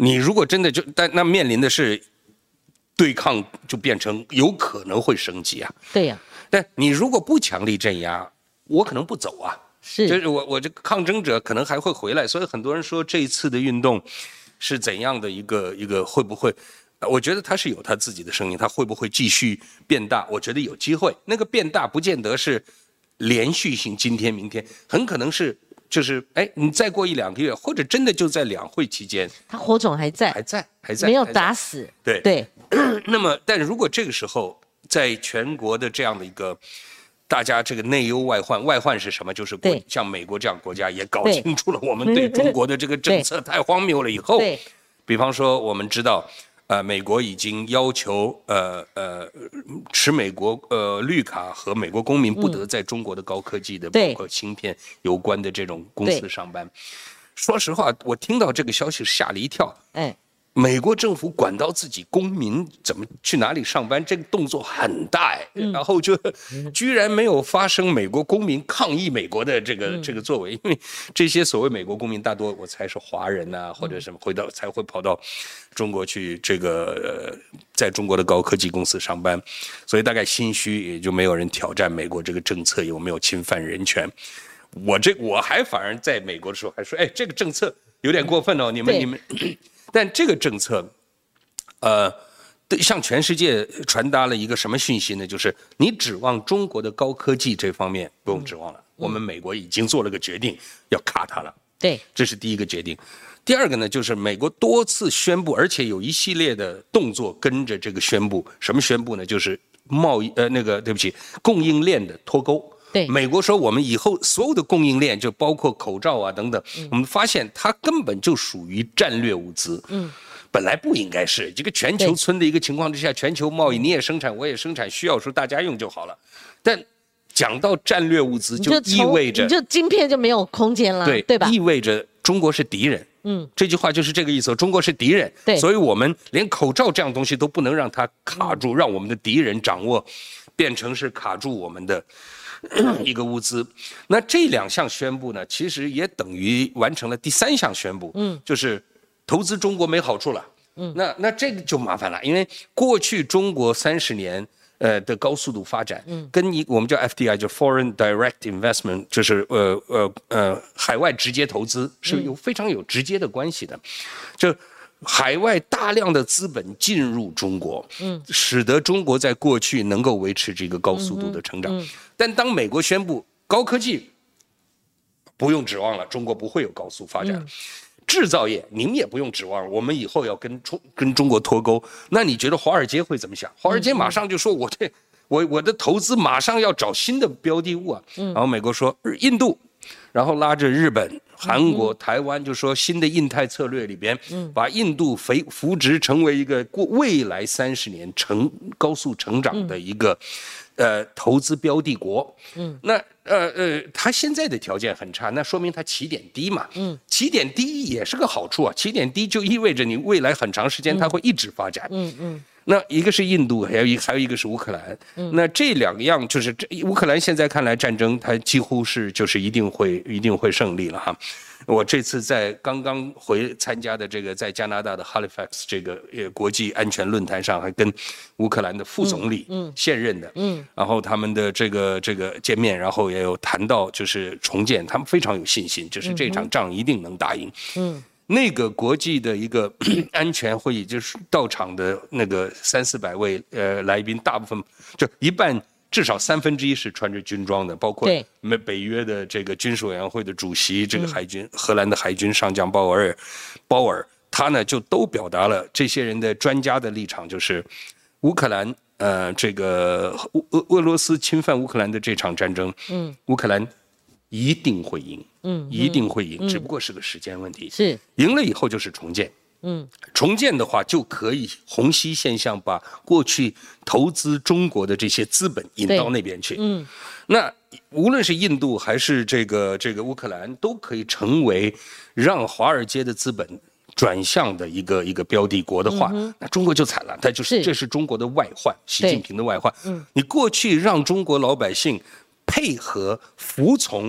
你如果真的就但那面临的是对抗，就变成有可能会升级啊。 对呀、啊。 但你如果不强力镇压，我可能不走啊。 是， 就是我我这个抗争者可能还会回来，所以很多人说这一次的运动是怎样的一个一个会不会？我觉得他是有他自己的声音，他会不会继续变大？我觉得有机会。那个变大不见得是连续性，今天明天，很可能是就是哎，你再过一两个月，或者真的就在两会期间， 他火种还在， 还在还在， 没有打死。 对对。 那么，但如果这个时候在全国的这样的一个。大家这个内忧外患，外患是什么？就是国像美国这样国家也搞清楚了我们对中国的这个政策太荒谬了以后，比方说我们知道，呃，美国已经要求呃呃持美国呃绿卡和美国公民不得在中国的高科技的包括芯片有关的这种公司上班。说实话，我听到这个消息吓了一跳。哎。美国政府管到自己公民怎么去哪里上班，这个动作很大哎，嗯、然后就居然没有发生美国公民抗议美国的这个、嗯、这个作为，因为这些所谓美国公民大多我猜是华人呐、啊，或者什么回到才会跑到中国去这个呃在中国的高科技公司上班，所以大概心虚，也就没有人挑战美国这个政策有没有侵犯人权。我这我还反而在美国的时候还说，哎，这个政策有点过分哦，你们你们。但这个政策，呃，向全世界传达了一个什么讯息呢？就是你指望中国的高科技这方面不用指望了，嗯、我们美国已经做了个决定，要卡它了。 对， 这是第一个决定。第二个呢，就是美国多次宣布，而且有一系列的动作跟着这个宣布。什么宣布呢？就是贸易呃那个对不起，供应链的脱钩。 对， 美国说我们以后所有的供应链，就包括口罩啊等等，嗯、我们发现它根本就属于战略物资。嗯，本来不应该是这个全球村的一个情况之下，全球贸易你也生产我也生产，需要时候大家用就好了。但讲到战略物资，就意味着你就晶片就没有空间了， 对对吧？ 意味着中国是敌人。嗯，这句话就是这个意思。中国是敌人，对，所以我们连口罩这样东西都不能让它卡住，嗯、让我们的敌人掌握，变成是卡住我们的。一个物资，那这两项宣布呢，其实也等于完成了第三项宣布，嗯，就是投资中国没好处了，嗯，那那这个就麻烦了，因为过去中国三十年呃的高速度发展，嗯，跟你我们叫 F D I 就 Foreign Direct Investment， 就是呃呃呃海外直接投资是有非常有直接的关系的，就。海外大量的资本进入中国，嗯，使得中国在过去能够维持这个高速度的成长。嗯嗯、但当美国宣布高科技不用指望了，中国不会有高速发展。嗯、制造业你们也不用指望，我们以后要跟中跟中国脱钩。那你觉得华尔街会怎么想？华尔街马上就说我这我我的投资马上要找新的标的物啊。嗯、然后美国说印度。然后拉着日本、韩国、台湾，就说新的印太策略里边，把印度扶扶植成为一个过未来三十年成高速成长的一个，呃，投资标的国。嗯，那呃呃，他现在的条件很差，那说明他起点低嘛。嗯，起点低也是个好处啊，起点低就意味着你未来很长时间它会一直发展。嗯嗯。那一个是印度，还有一还有一个是乌克兰。嗯、那这两样就是这乌克兰现在看来战争，它几乎是就是一定会一定会胜利了哈。我这次在刚刚回参加的这个在加拿大的 Halifax 这个呃国际安全论坛上，还跟乌克兰的副总理，嗯，嗯现任的，嗯，然后他们的这个这个见面，然后也有谈到就是重建，他们非常有信心，就是这场仗一定能打赢。嗯。那个国际的一个安全会议，就是到场的那个三四百位呃来宾，大部分就一半至少三分之一是穿着军装的，包括美北约的这个军事委员会的主席，这个海军荷兰的海军上将鲍尔，鲍尔他呢就都表达了这些人的专家的立场，就是乌克兰呃这个俄俄罗斯侵犯乌克兰的这场战争，嗯，乌克兰一定会赢。嗯，一定会赢，嗯、只不过是个时间问题。是赢了以后就是重建。嗯，重建的话就可以虹吸现象，把过去投资中国的这些资本引到那边去。嗯，那无论是印度还是这个这个乌克兰，都可以成为让华尔街的资本转向的一个一个标的国的话，嗯、那中国就惨了。它就是这是中国的外患，习近平的外患。嗯，你过去让中国老百姓配合服从。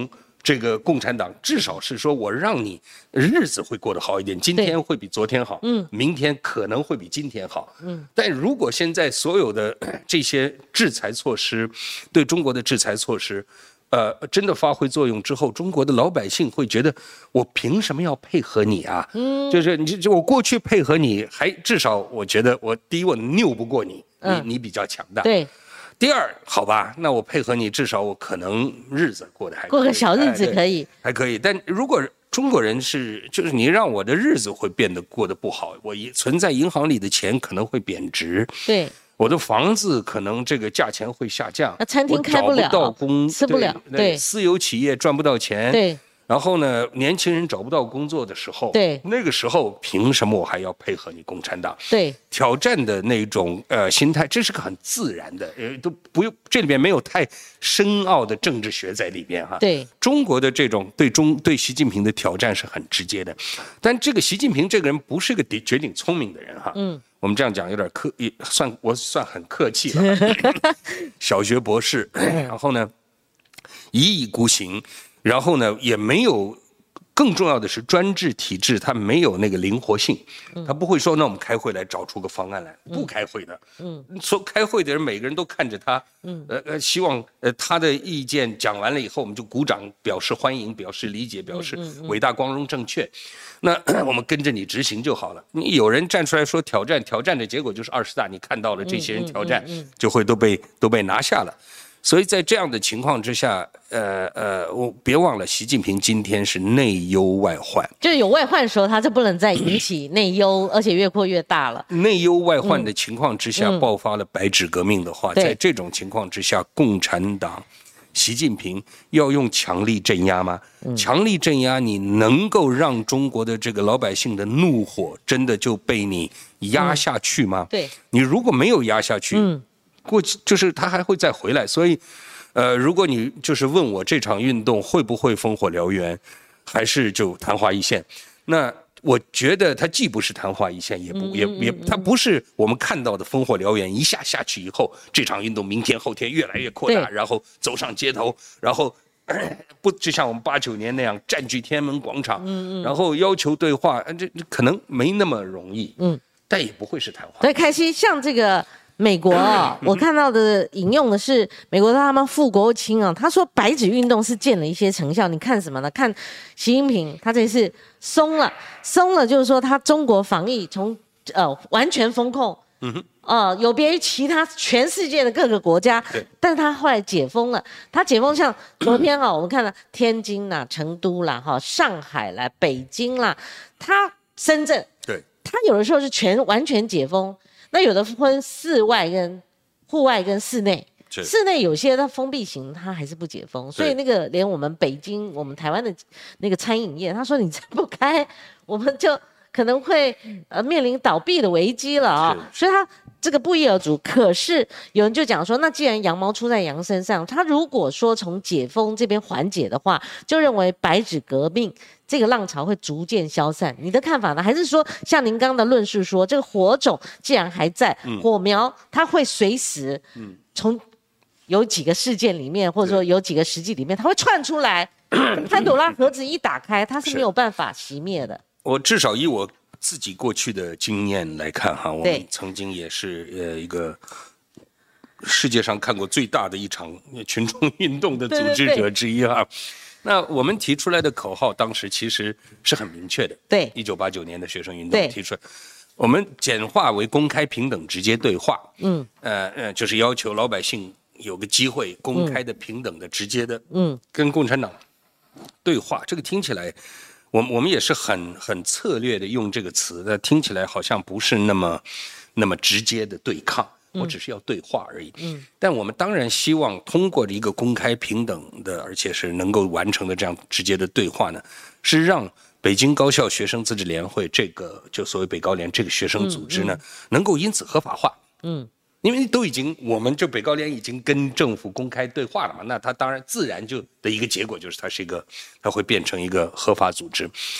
这个共产党至少是说我让你日子会过得好一点，今天会比昨天好，嗯，明天可能会比今天好，嗯。但如果现在所有的这些制裁措施，对中国的制裁措施，呃，真的发挥作用之后，中国的老百姓会觉得我凭什么要配合你啊？嗯，就是你就我过去配合你，还至少我觉得我第一我拗不过你，你你比较强大， 对。 第二，好吧，那我配合你，至少我可能日子过得还可以， 过个小日子可以， 哎、还可以。但如果中国人是，就是你让我的日子会变得过得不好，我存在银行里的钱可能会贬值， 对， 我的房子可能这个价钱会下降， 那餐厅开不了， 找不到工， 吃不了， 对，对私有企业赚不到钱， 对。 然后呢，年轻人找不到工作的时候， 对， 那个时候凭什么我还要配合你共产党？ 对， 挑战的那种呃心态，这是个很自然的，呃，都不用，这里面没有太深奥的政治学在里边哈。 对，中国的这种对中对习近平的挑战是很直接的，但这个习近平这个人不是个绝顶聪明的人哈。嗯，我们这样讲有点客，算我算很客气了。小学博士，然后呢，一意孤行。然后呢，也没有，更重要的是专制体制，它没有那个灵活性，他不会说那我们开会来找出个方案来，不开会的。嗯，说开会的人每个人都看着他，嗯，呃呃，希望呃他的意见讲完了以后，我们就鼓掌表示欢迎，表示理解，表示伟大光荣正确。那我们跟着你执行就好了。你有人站出来说挑战，挑战的结果就是二十大，你看到了这些人挑战，就会都被都被拿下了。所以在这样的情况之下，呃呃，我别忘了，习近平今天是内忧外患， 就有外患的时候，他就不能再引起内忧，而且越扩越大了。 内忧外患的情况之下，嗯、爆发了白纸革命的话，在这种情况之下，共产党、习近平要用强力镇压吗？嗯、强力镇压，你能够让中国的这个老百姓的怒火真的就被你压下去吗？ 嗯、对， 你如果没有压下去，嗯。过去就是他还会再回来，所以，呃，如果你就是问我这场运动会不会烽火燎原，还是就昙花一现，那我觉得它既不是昙花一现，也不也也它不是我们看到的烽火燎原，一下下去以后，这场运动明天后天越来越扩大，然后走上街头，然后不就像我们八九年那样占据天安门广场，然后要求对话，这可能没那么容易，嗯，但也不会是昙花。 对，开心像这个。美国啊、哦，我看到的引用的是美国他们副国务卿啊，他说白纸运动是见了一些成效。你看什么呢？看习近平，他这次松了，松了，就是说他中国防疫从呃完全封控，嗯哼，呃，有别于其他全世界的各个国家，但是他后来解封了。他解封像昨天啊、哦，我们看到天津啦、成都啦、哈上海啦、北京啦，他深圳， 对， 他有的时候是全完全解封。那有的分室外跟户外跟室内，室内有些它封闭型，它还是不解封，所以那个连我们北京、我们台湾的那个餐饮业，他说你再不开，我们就可能会呃面临倒闭的危机了啊、哦。所以他这个不一而足。可是有人就讲说，那既然羊毛出在羊身上，他如果说从解封这边缓解的话，就认为白纸革命这个浪潮会逐渐消散，你的看法呢？还是说像您刚刚的论述说，这个火种既然还在，嗯、火苗它会随时从有几个事件里面，或者说有几个实际里面，它会窜出来。潘朵拉盒子一打开，它是没有办法熄灭的。 我至少以我自己过去的经验来看哈，我们曾经也是呃一个世界上看过最大的一场群众运动的组织者之一哈。对对对，那我们提出来的口号，当时其实是很明确的。 对， 一九八九年的学生运动提出来，我们简化为公开、平等、直接对话。嗯，呃呃，就是要求老百姓有个机会，公开的、平等的、直接的，嗯，跟共产党对话。这个听起来，我们我们也是很很策略的用这个词，那听起来好像不是那么那么直接的对抗。我只是要对话而已，嗯，但我们当然希望通过一个公开、平等的，而且是能够完成的这样直接的对话呢，是让北京高校学生自治联会这个就所谓北高联这个学生组织呢，嗯嗯、能够因此合法化，嗯，因为都已经我们就北高联已经跟政府公开对话了嘛，那它当然自然就的一个结果就是它是一个，它会变成一个合法组织。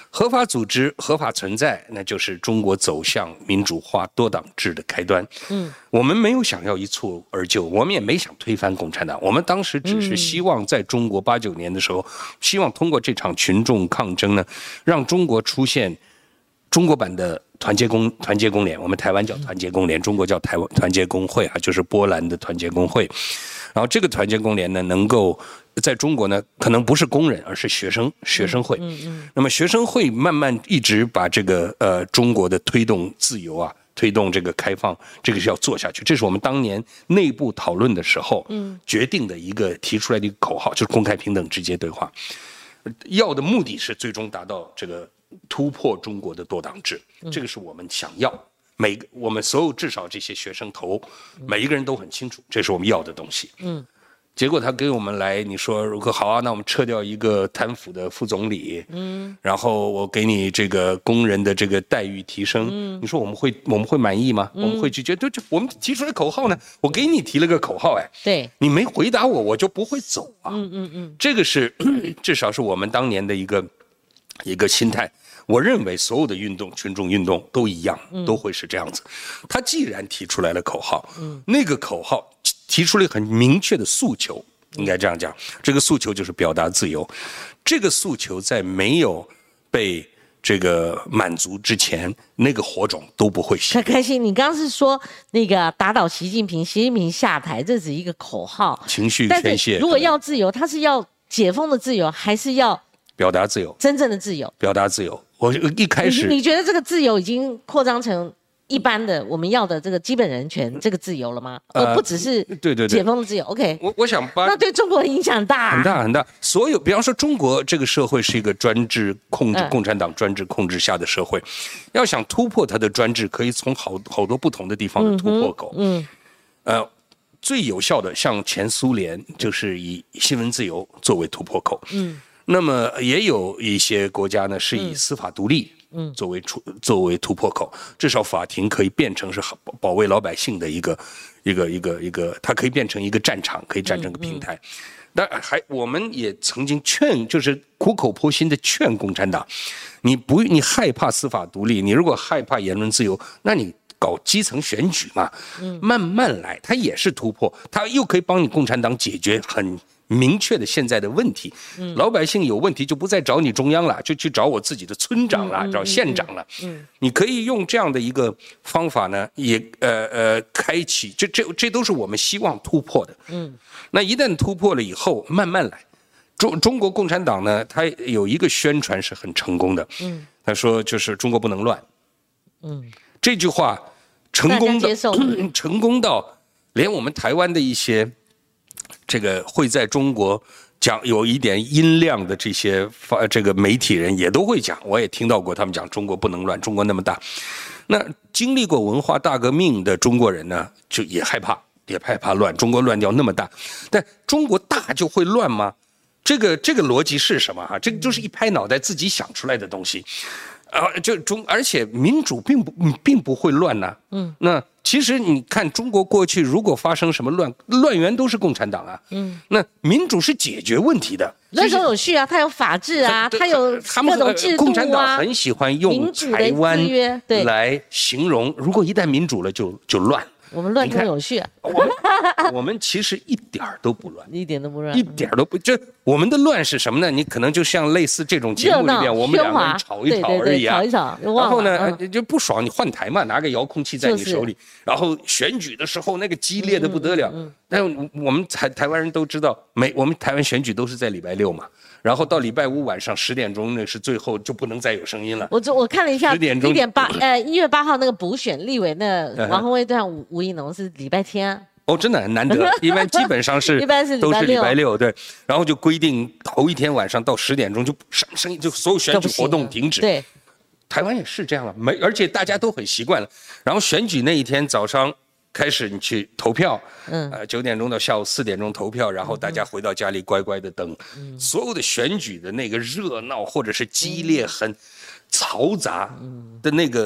合法组织、合法存在，那就是中国走向民主化多党制的开端。嗯，我们没有想要一蹴而就，我们也没想推翻共产党，我们当时只是希望在中国八九年的时候，希望通过这场群众抗争呢，让中国出现中国版的团结工团结工联，我们台湾叫团结工联，中国叫台湾团结工会啊，就是波兰的团结工会。然后这个团结工联呢，能够在中国呢，可能不是工人，而是学生学生会。嗯嗯。那么学生会慢慢一直把这个呃中国的推动自由啊，推动这个开放，这个是要做下去。这是我们当年内部讨论的时候，嗯，决定的一个提出来的一个口号，就是公开平等直接对话。要的目的是最终达到这个突破中国的多党制，这个是我们想要。每个我们所有至少这些学生头，每一个人都很清楚，这是我们要的东西。嗯，结果他给我们来，你说如果好啊，那我们撤掉一个贪腐的副总理，嗯，然后我给你这个工人的这个待遇提升，嗯，你说我们会我们会满意吗？嗯、我们会去觉得就我们提出来口号呢？我给你提了个口号，哎， 对， 你没回答我，我就不会走啊。嗯嗯嗯，这个是至少是我们当年的一个一个心态。我认为所有的运动、群众运动都一样，都会是这样子。他既然提出来了口号，那个口号提出了很明确的诉求，应该这样讲，这个诉求就是表达自由。这个诉求在没有被这个满足之前，那个火种都不会熄。 开心，你刚刚是说那个打倒习近平，习近平下台，这只是一个口号， 情绪宣泄。 如果要自由，他是要解封的自由，还是要表达自由？ 真正的自由， 表达自由。我一开始你, 你觉得这个自由已经扩张成一般的我们要的这个基本人权这个自由了吗？而、呃、不只是对对对解封的自由。OK， 我我想把那对中国的影响大、啊、 很大很大。所有比方说中国这个社会是一个专制控制、嗯、共产党专制控制下的社会，要想突破它的专制，可以从好好多不同的地方的突破口。嗯，嗯呃，最有效的像前苏联就是以新闻自由作为突破口。嗯。那么也有一些国家呢，是以司法独立作为出、嗯、作为突破口，至少法庭可以变成是保卫老百姓的一个一个一个一个，它可以变成一个战场，可以战成个平台。但、嗯嗯、还我们也曾经劝，就是苦口婆心的劝共产党，你不你害怕司法独立，你如果害怕言论自由，那你搞基层选举嘛，嗯、慢慢来，它也是突破，它又可以帮你共产党解决很明确的现在的问题，嗯、老百姓有问题就不再找你中央了，就去找我自己的村长了，嗯、找县长了。嗯嗯、你可以用这样的一个方法呢，也呃呃开启，这这这都是我们希望突破的。嗯，那一旦突破了以后，慢慢来。中中国共产党呢，它有一个宣传是很成功的。嗯，他说就是中国不能乱。嗯，这句话成功的成功到连我们台湾的一些。这个会在中国讲有一点音量的这些发这个媒体人也都会讲，我也听到过他们讲中国不能乱，中国那么大。那经历过文化大革命的中国人呢，就也害怕，也害怕乱，中国乱掉那么大。但中国大就会乱吗？这个这个逻辑是什么啊？这个就是一拍脑袋自己想出来的东西。啊，就中，而且民主并不并不会乱呐、啊。嗯，那其实你看中国过去如果发生什么乱，乱源都是共产党啊。嗯，那民主是解决问题的， 那时候有序啊，它有法治啊，它有各种制度啊。 共产党很喜欢用台湾来形容，如果一旦民主了就就乱。 我们乱中有序、啊， 我们我们其实一点都不乱， 一点都不乱， 一点都不。这我们的乱是什么呢？你可能就像类似这种节目里边，我们两个人吵一吵而已啊， 对对对，吵一吵， 然后呢、嗯、就不爽，你换台嘛，拿个遥控器在你手里，然后选举的时候那个激烈的不得了。嗯嗯、但我们台台湾人都知道，每我们台湾选举都是在礼拜六嘛。然后到礼拜五晚上十点钟，那是最后就不能再有声音了。 我我看了一下，十点钟一点八呃一月八号那个补选立委，那王宏威对上吴吴怡农是礼拜天、啊。 哦，真的很难得，一般基本上是一般是都是礼拜六，对。然后就规定头一天晚上到十点钟就声声音就所有选举活动停止。 对， 台湾也是这样了，没而且大家都很习惯了。然后选举那一天早上。开始你去投票，嗯，呃，九点钟到下午四点钟投票，然后大家回到家里乖乖的等，嗯、所有的选举的那个热闹或者是激烈、很嘈杂的那个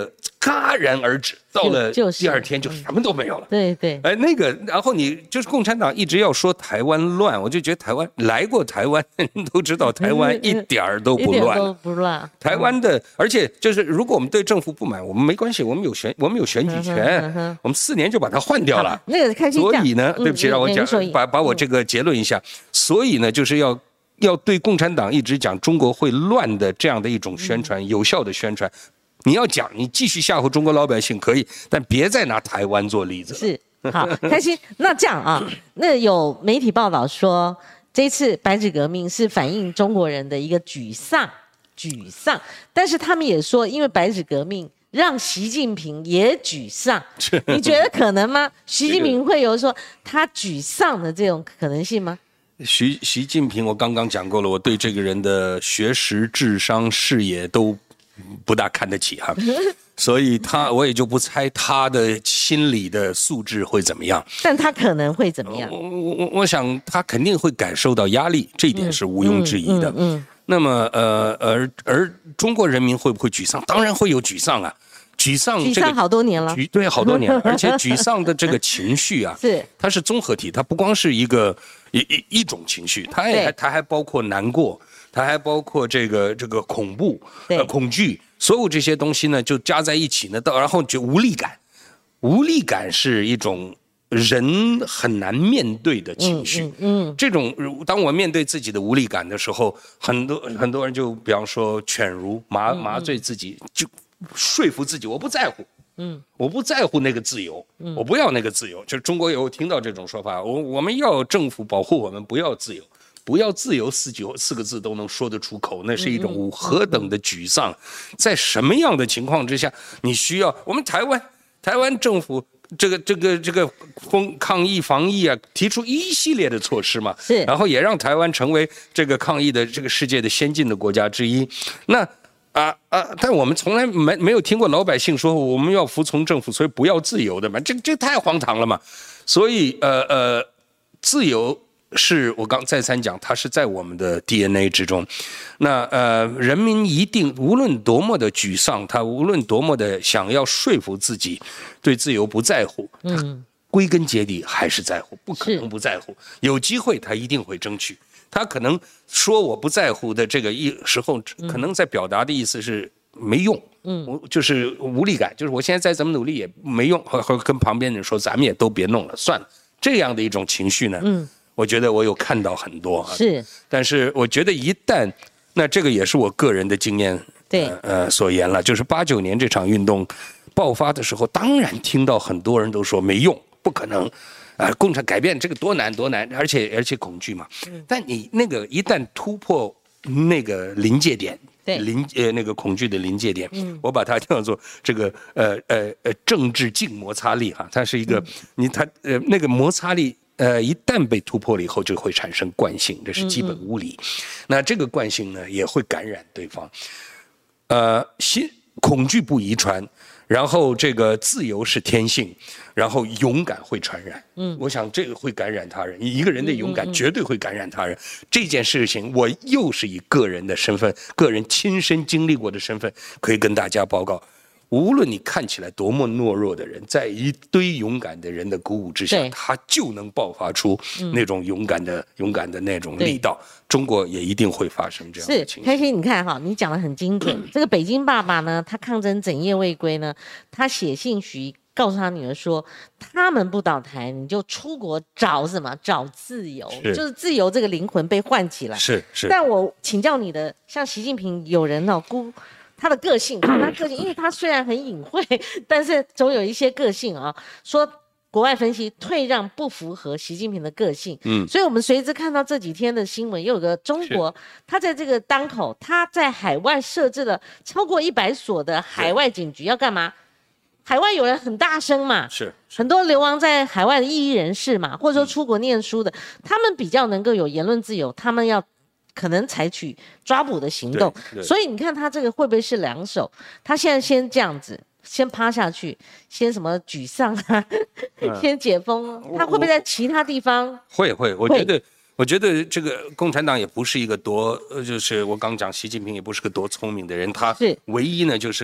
戛然而止，到了第二天就什么都没有了。 对对， 哎，那个，然后你就是共产党一直要说台湾乱，我就觉得台湾来过台湾人都知道台湾一点儿都不乱，一点都不乱。 台湾的，而且就是如果我们对政府不满，我们没关系，我们有选，我们有选举权，我们四年就把它换掉了。 那个开心。 所以呢，对不起，让我讲，把把我这个结论一下。所以呢，就是要。要对共产党一直讲中国会乱的这样的一种宣传，有效的宣传，你要讲，你继续吓唬中国老百姓可以，但别再拿台湾做例子了。 是，好，开心。那这样啊，那有媒体报道说，这次白纸革命是反映中国人的一个沮丧，沮丧。但是他们也说，因为白纸革命让习近平也沮丧，你觉得可能吗？习近平会有说他沮丧的这种可能性吗？ 习习近平，我刚刚讲过了，我对这个人的学识、智商、视野都不大看得起哈，所以他我也就不猜他的心理的素质会怎么样。 但他可能会怎么样？ 我我我想他肯定会感受到压力，这一点是毋庸置疑的。嗯，嗯嗯那么呃而而中国人民会不会沮丧？当然会有沮丧啊。沮丧、这个， 沮丧好多年了， 对，好多年了，而且沮丧的这个情绪啊， 是它是综合体，它不光是一个一一一种情绪，它还它还包括难过，它还包括这个这个恐怖、呃恐惧，所有这些东西呢就加在一起呢，到然后就无力感，无力感是一种人很难面对的情绪。嗯，嗯嗯这种当我面对自己的无力感的时候，很多很多人就比方说犬儒麻麻醉自己就。说服自己，我不在乎，嗯，我不在乎那个自由，嗯，我不要那个自由。就是中国有听到这种说法，我我们要政府保护我们，不要自由，不要自由四句四个字都能说得出口，那是一种何等的沮丧。在什么样的情况之下，你需要我们台湾台湾政府这个这个这个风抗疫防疫啊，提出一系列的措施嘛， 是， 然后也让台湾成为这个抗疫的这个世界的先进的国家之一。那啊啊！但我们从来没没有听过老百姓说我们要服从政府，所以不要自由的嘛，这这太荒唐了嘛！所以呃呃，自由是我刚再三讲，它是在我们的 D N A 之中。那呃，人民一定无论多么的沮丧，他无论多么的想要说服自己对自由不在乎，嗯，归根结底还是在乎，不可能不在乎。有机会他一定会争取。他可能说我不在乎的这个一时候，可能在表达的意思是没用，嗯，就是无力感，就是我现在再怎么努力也没用，或或跟旁边人说咱们也都别弄了，算了，这样的一种情绪呢，嗯，我觉得我有看到很多， 是， 但是我觉得一旦，那这个也是我个人的经验， 对， 呃, 呃所言了，就是八九年这场运动爆发的时候，当然听到很多人都说没用，不可能。啊，共产改变这个多难多难，而且而且恐惧嘛。嗯、但你那个一旦突破那个临界点， 对临呃那个恐惧的临界点，嗯、我把它叫做这个呃呃呃政治静摩擦力哈，它是一个、嗯、你它呃那个摩擦力呃一旦被突破了以后，就会产生惯性，这是基本物理。嗯嗯那这个惯性呢也会感染对方。呃，心恐惧不遗传。然后这个自由是天性，然后勇敢会传染。嗯，我想这个会感染他人，一个人的勇敢绝对会感染他人。嗯嗯嗯这件事情我又是以个人的身份，个人亲身经历过的身份，可以跟大家报告。无论你看起来多么懦弱的人，在一堆勇敢的人的鼓舞之下，他就能爆发出那种勇敢的、嗯、勇敢的那种力道。中国也一定会发生这样的情况。 是，开心，你看哈，你讲得很精准。这个北京爸爸呢，他抗争整夜未归呢，他写信许告诉他女儿说，他们不倒台，你就出国找什么？找自由，是就是自由这个灵魂被唤起来。 是是。 但我请教你的，像习近平有人哦估。他的个性，他个性，因为他虽然很隐晦，但是总有一些个性啊。说国外分析退让不符合习近平的个性，嗯，所以我们随之看到这几天的新闻，又有个中国，他在这个当口，他在海外设置了超过一百所的海外警局，要干嘛？海外有人很大声嘛， 是很多流亡在海外的异议人士嘛，或者说出国念书的，嗯、他们比较能够有言论自由，他们要。可能采取抓捕的行动，所以你看他这个会不会是两手？他现在先这样子，先趴下去，先什么沮丧啊，嗯、先解封，他会不会在其他地方？ 会会，我觉得，我觉得这个共产党也不是一个多，呃，就是我刚讲习近平也不是个多聪明的人，他唯一呢就是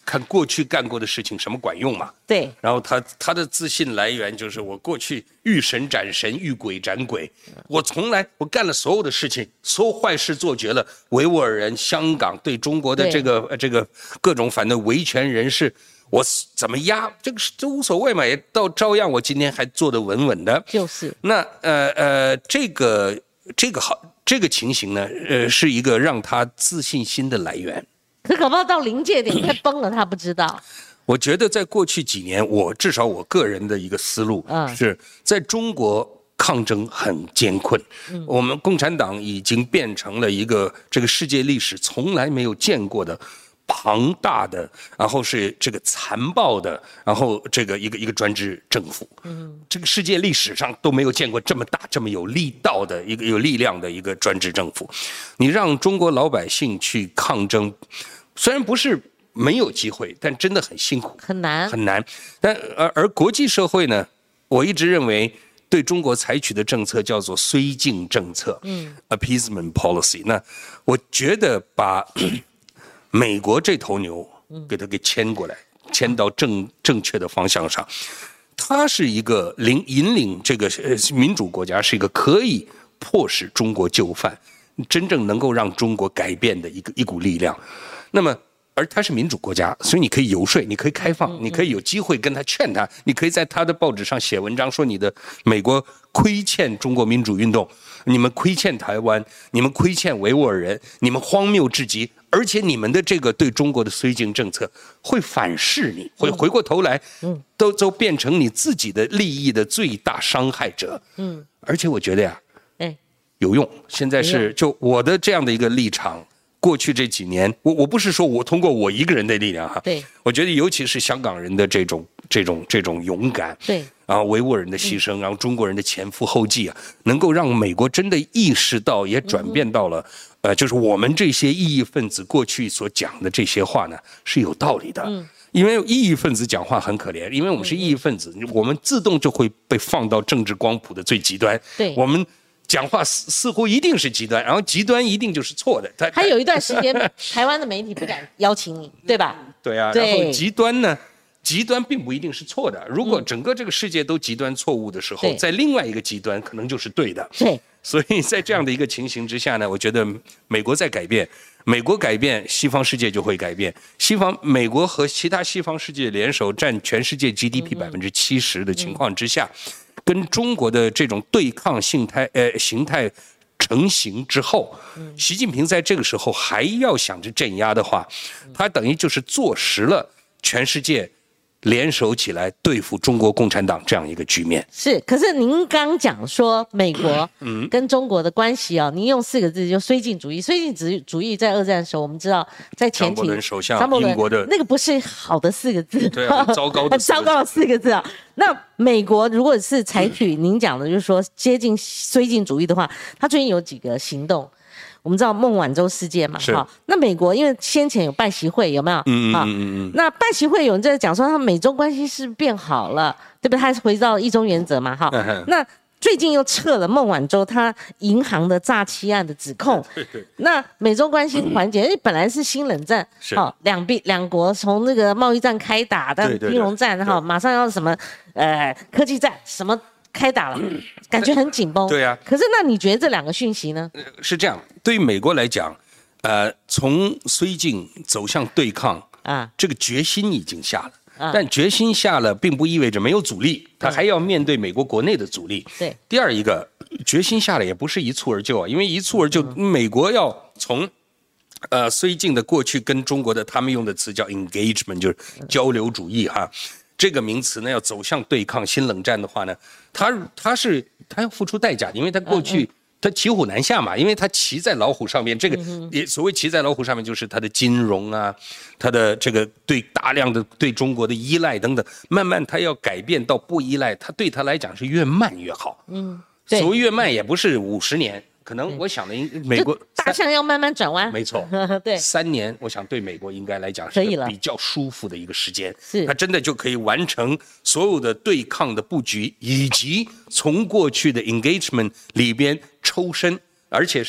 看过去干过的事情什么管用嘛。 对。 然后他他的自信来源就是我过去遇神斩神，遇鬼斩鬼，我从来我干了所有的事情，所有坏事做绝了，维吾尔人、香港对中国的这个这个各种反对维权人士。我怎么压这个这无所谓嘛，也到照样我今天还做得稳稳的。 就是那呃呃这个这个好这个情形呢，呃是一个让他自信心的来源。 可搞不好到临界点快崩了，他不知道。 我觉得在过去几年，我至少我个人的一个思路、嗯、是在中国抗争很艰困、嗯，我们共产党已经变成了一个这个世界历史从来没有见过的。庞大的，然后是这个残暴的，然后这个一个一个专制政府，嗯，这个世界历史上都没有见过这么大、这么有力道的一个有力量的一个专制政府。你让中国老百姓去抗争，虽然不是没有机会，但真的很辛苦， 很难， 很难。但而而国际社会呢，我一直认为对中国采取的政策叫做绥靖政策，嗯 ，appeasement policy。那我觉得把美国这头牛给它给牵过来，牵到正正确的方向上。它是一个领引领这个民主国家，是一个可以迫使中国就范，真正能够让中国改变的一个一股力量。那么，而它是民主国家，所以你可以游说，你可以开放，你可以有机会跟他劝他，你可以在他的报纸上写文章说你的美国亏欠中国民主运动，你们亏欠台湾，你们亏欠维吾尔人，你们荒谬至极。而且你们的这个对中国的绥靖政策会反噬你，会回过头来，都都变成你自己的利益的最大伤害者。嗯，而且我觉得呀，哎，有用。现在是就我的这样的一个立场，过去这几年，我我不是说我通过我一个人的力量哈，对，我觉得尤其是香港人的这种这种这种勇敢，对，然后维吾尔人的牺牲，然后中国人的前赴后继啊，能够让美国真的意识到，也转变到了。呃，就是我们这些异议分子过去所讲的这些话呢，是有道理的。嗯，因为异议分子讲话很可怜，因为我们是异议分子，我们自动就会被放到政治光谱的最极端。对，我们讲话似似乎一定是极端，然后极端一定就是错的。他还有一段时间，台湾的媒体不敢邀请你，对吧？ 对啊，然后极端呢？极端并不一定是错的。如果整个这个世界都极端错误的时候，在另外一个极端可能就是对的。对。所以在这样的一个情形之下呢，我觉得美国在改变，美国改变，西方世界就会改变。西方美国和其他西方世界联手占全世界 G D P 百分之七十的情况之下，跟中国的这种对抗形态呃形态成型之后，习近平在这个时候还要想着镇压的话，他等于就是坐实了全世界联手起来对付中国共产党这样一个局面。是， 可是您刚讲说美国跟中国的关系啊、哦，您用四个字就绥靖主义。绥靖主义在二战的时候，我们知道在前提， 张伯伦首相，英国的那个不是好的四个字， 对、啊，很糟糕的， 很糟糕的四个字啊。那美国如果是采取您讲的，就是说接近绥靖主义的话，他最近有几个行动。我们知道孟晚舟事件嘛，哈，那美国因为先前有拜习会，有没有？嗯嗯嗯嗯。那拜习会有人在讲说，他美中关系是变好了，对不对？他是回到一中原则嘛，哈。那最近又撤了孟晚舟他银行的诈欺案的指控，对对。那美中关系缓解，因为本来是新冷战，好，两边两国从那个贸易战开打，但金融战哈，马上要什么呃科技战什么。开打了，感觉很紧绷。对啊，可是那你觉得这两个讯息呢？ 是这样，对于美国来讲，呃，从绥靖走向对抗啊，这个决心已经下了。啊、但决心下了，并不意味着没有阻力，他还要面对美国国内的阻力。对。第二一个，决心下了也不是一蹴而就啊，因为一蹴而就，嗯、美国要从呃绥靖的过去跟中国的他们用的词叫 engagement， 就是交流主义哈。这个名词呢，要走向对抗新冷战的话呢，他他是他要付出代价，因为他过去他骑虎难下嘛，因为他骑在老虎上面，这个也所谓骑在老虎上面，就是他的金融啊，他的这个对大量的对中国的依赖等等，慢慢他要改变到不依赖，他对他来讲是越慢越好。嗯，所谓越慢也不是五十年。可能我想的，美国大象要慢慢转弯， 没错，对，三年，我想对美国应该来讲是比较舒服的一个时间，是，它真的就可以完成所有的对抗的布局，以及从过去的 engagement 里边抽身，而且是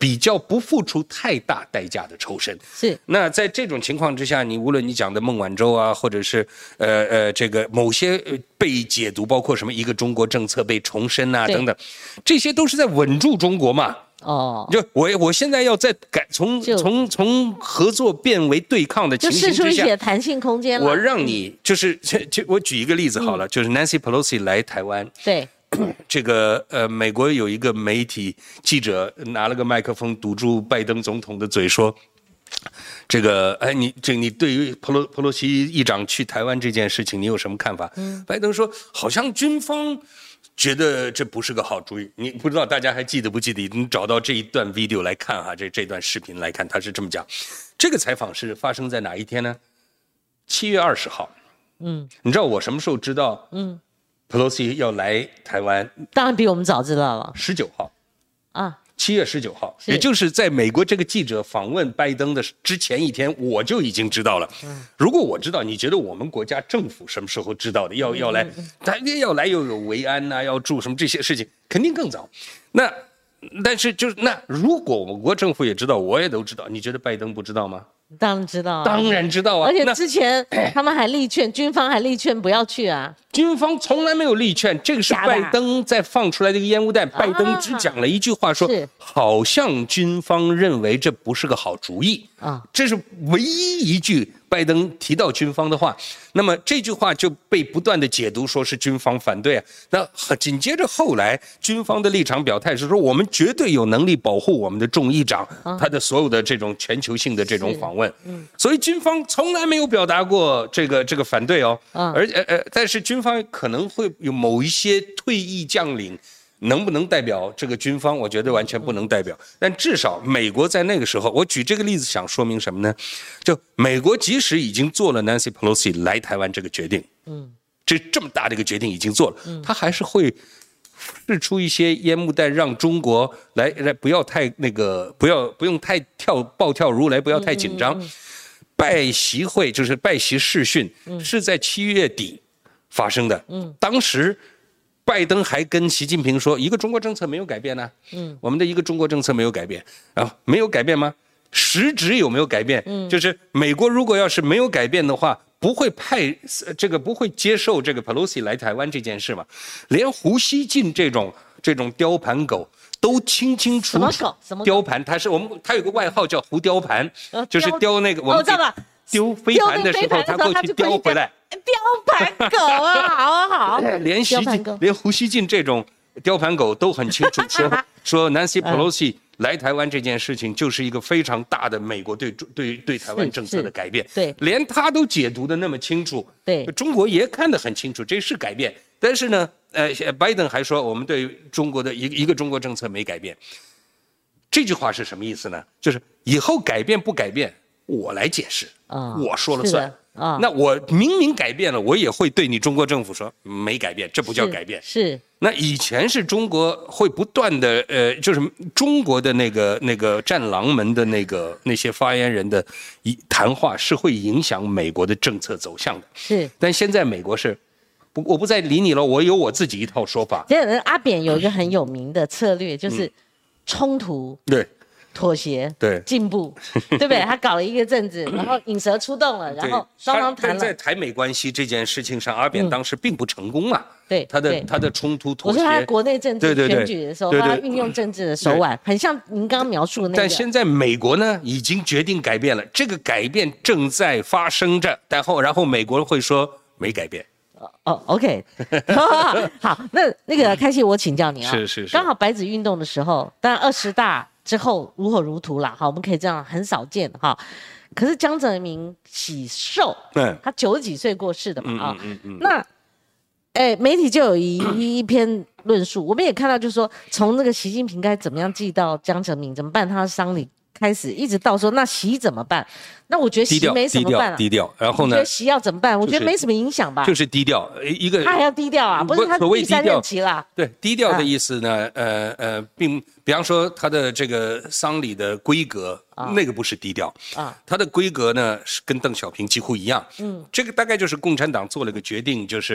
比较不付出太大代价的抽身。 是。 那在这种情况之下，你无论你讲的孟晚舟啊，或者是呃呃这个某些被解读，包括什么一个中国政策被重申啊等等，这些都是在稳住中国嘛。哦，就我我现在要在改从从从合作变为对抗的情形之下， 就释出一些弹性空间了。 我让你就是就我举一个例子好了，嗯、就是 Nancy Pelosi 来台湾， 对， 这个呃美国有一个媒体记者拿了个麦克风堵住拜登总统的嘴说。这个哎，你这你对于佩洛佩洛西议长去台湾这件事情，你有什么看法？嗯，拜登说，好像军方觉得这不是个好主意。你不知道大家还记得不记得？你找到这一段 video 来看哈，这这段视频来看，他是这么讲。这个采访是发生在哪一天呢？七月二十号。嗯，你知道我什么时候知道？嗯，佩洛西要来台湾？ 当然比我们早知道了。 十九号。 啊。 七月十九号，也就是在美国这个记者访问拜登的之前一天，我就已经知道了。如果我知道，你觉得我们国家政府什么时候知道的？要要来，他要来又有维安呐、啊，要住什么这些事情，肯定更早。那但是就是那，如果我们国政府也知道，我也都知道，你觉得拜登不知道吗？ 当然知道、啊， 当然知道啊！ 而且之前他们还力劝，军方还力劝不要去啊。 军方从来没有力劝，这个是拜登在放出来的一个烟雾弹。拜登只讲了一句话说，说好像军方认为这不是个好主意啊，这是唯一一句拜登提到军方的话。那么这句话就被不断的解读说是军方反对啊。那紧接着后来军方的立场表态是说，我们绝对有能力保护我们的众议长，啊、他的所有的这种全球性的这种访问。嗯，所以军方从来没有表达过这个这个反对哦。啊、而呃呃，但是军方可能会有某一些退役将领，能不能代表这个军方？我觉得完全不能代表。但至少美国在那个时候，我举这个例子想说明什么呢？就美国即使已经做了 Nancy Pelosi 来台湾这个决定，嗯，这这么大的一个决定已经做了，嗯，他还是会释出一些烟幕弹，让中国来来不要太那个，不要不用太跳暴跳如雷，不要太紧张。嗯嗯嗯拜习会就是拜习视讯，是在七月底发生的。嗯，当时拜登还跟习近平说，一个中国政策没有改变呢、啊。嗯，我们的一个中国政策没有改变啊，没有改变吗？实质有没有改变？嗯，就是美国如果要是没有改变的话，不会派这个不会接受这个 Pelosi 来台湾这件事嘛？连胡锡进这种这种雕盘狗。都清清楚楚，雕盘，它是我们，它有个外号叫胡雕盘，呃、就是雕那个我们丢飞盘的时候，它过去雕回来。 雕盘狗啊，好啊好。 连习近，连胡锡进这种雕盘狗都很清楚说说 Nancy Pelosi 来台湾这件事情就是一个非常大的美国对对对台湾政策的改变， 对， 连他都解读的那么清楚， 对， 中国也看得很清楚，这是改变，但是呢。呃，拜登还说我们对中国的一个一个中国政策没改变，这句话是什么意思呢？就是以后改变不改变，我来解释，啊、我说了算啊。那我明明改变了，我也会对你中国政府说没改变，这不叫改变。 是。是那以前是中国会不断的，呃，就是中国的那个那个战狼们的那个那些发言人的一谈话是会影响美国的政策走向的。 是。 但现在美国是。不，我不再理你了，我有我自己一套说法。 这阿扁有一个很有名的策略，就是冲突、 嗯、对、 妥协、 对、 进步，对不对？他搞了一个阵子，然后引蛇出洞了，然后双方谈了。 在台美关系这件事情上，阿扁当时并不成功嘛。 对， 他的他的冲突妥协。 我说他在国内政治选举的时候， 对对对他运用政治的手腕，很像您刚刚描述的那个。 但现在美国呢，已经决定改变了，这个改变正在发生着，然后然后美国人会说没改变。 哦 ，OK， 好, 好，那那个开希，我请教你啊， 是是是， 刚好白纸运动的时候，当然二十大之后如火如荼啦，好，我们可以这样很少见哈。可是江泽民喜寿， 嗯， 他九十几岁过世的嘛啊， 嗯嗯嗯嗯、 那，哎，媒体就有一一篇论述，我们也看到，就是说从那个习近平该怎么样祭到江泽民，怎么办他的丧礼。开始一直到说那习怎么办？那我觉得习没什么办、啊、 低调，低调。然后呢？ 我觉得习要怎么办？我觉得没什么影响吧。 就是低调，一个他还要低调啊，不是他第三任期啦。 对，低调的意思呢，啊、呃呃，并比方说他的这个丧礼的规格，啊、那个不是低调啊，他的规格呢是跟邓小平几乎一样。嗯，这个大概就是共产党做了个决定，就是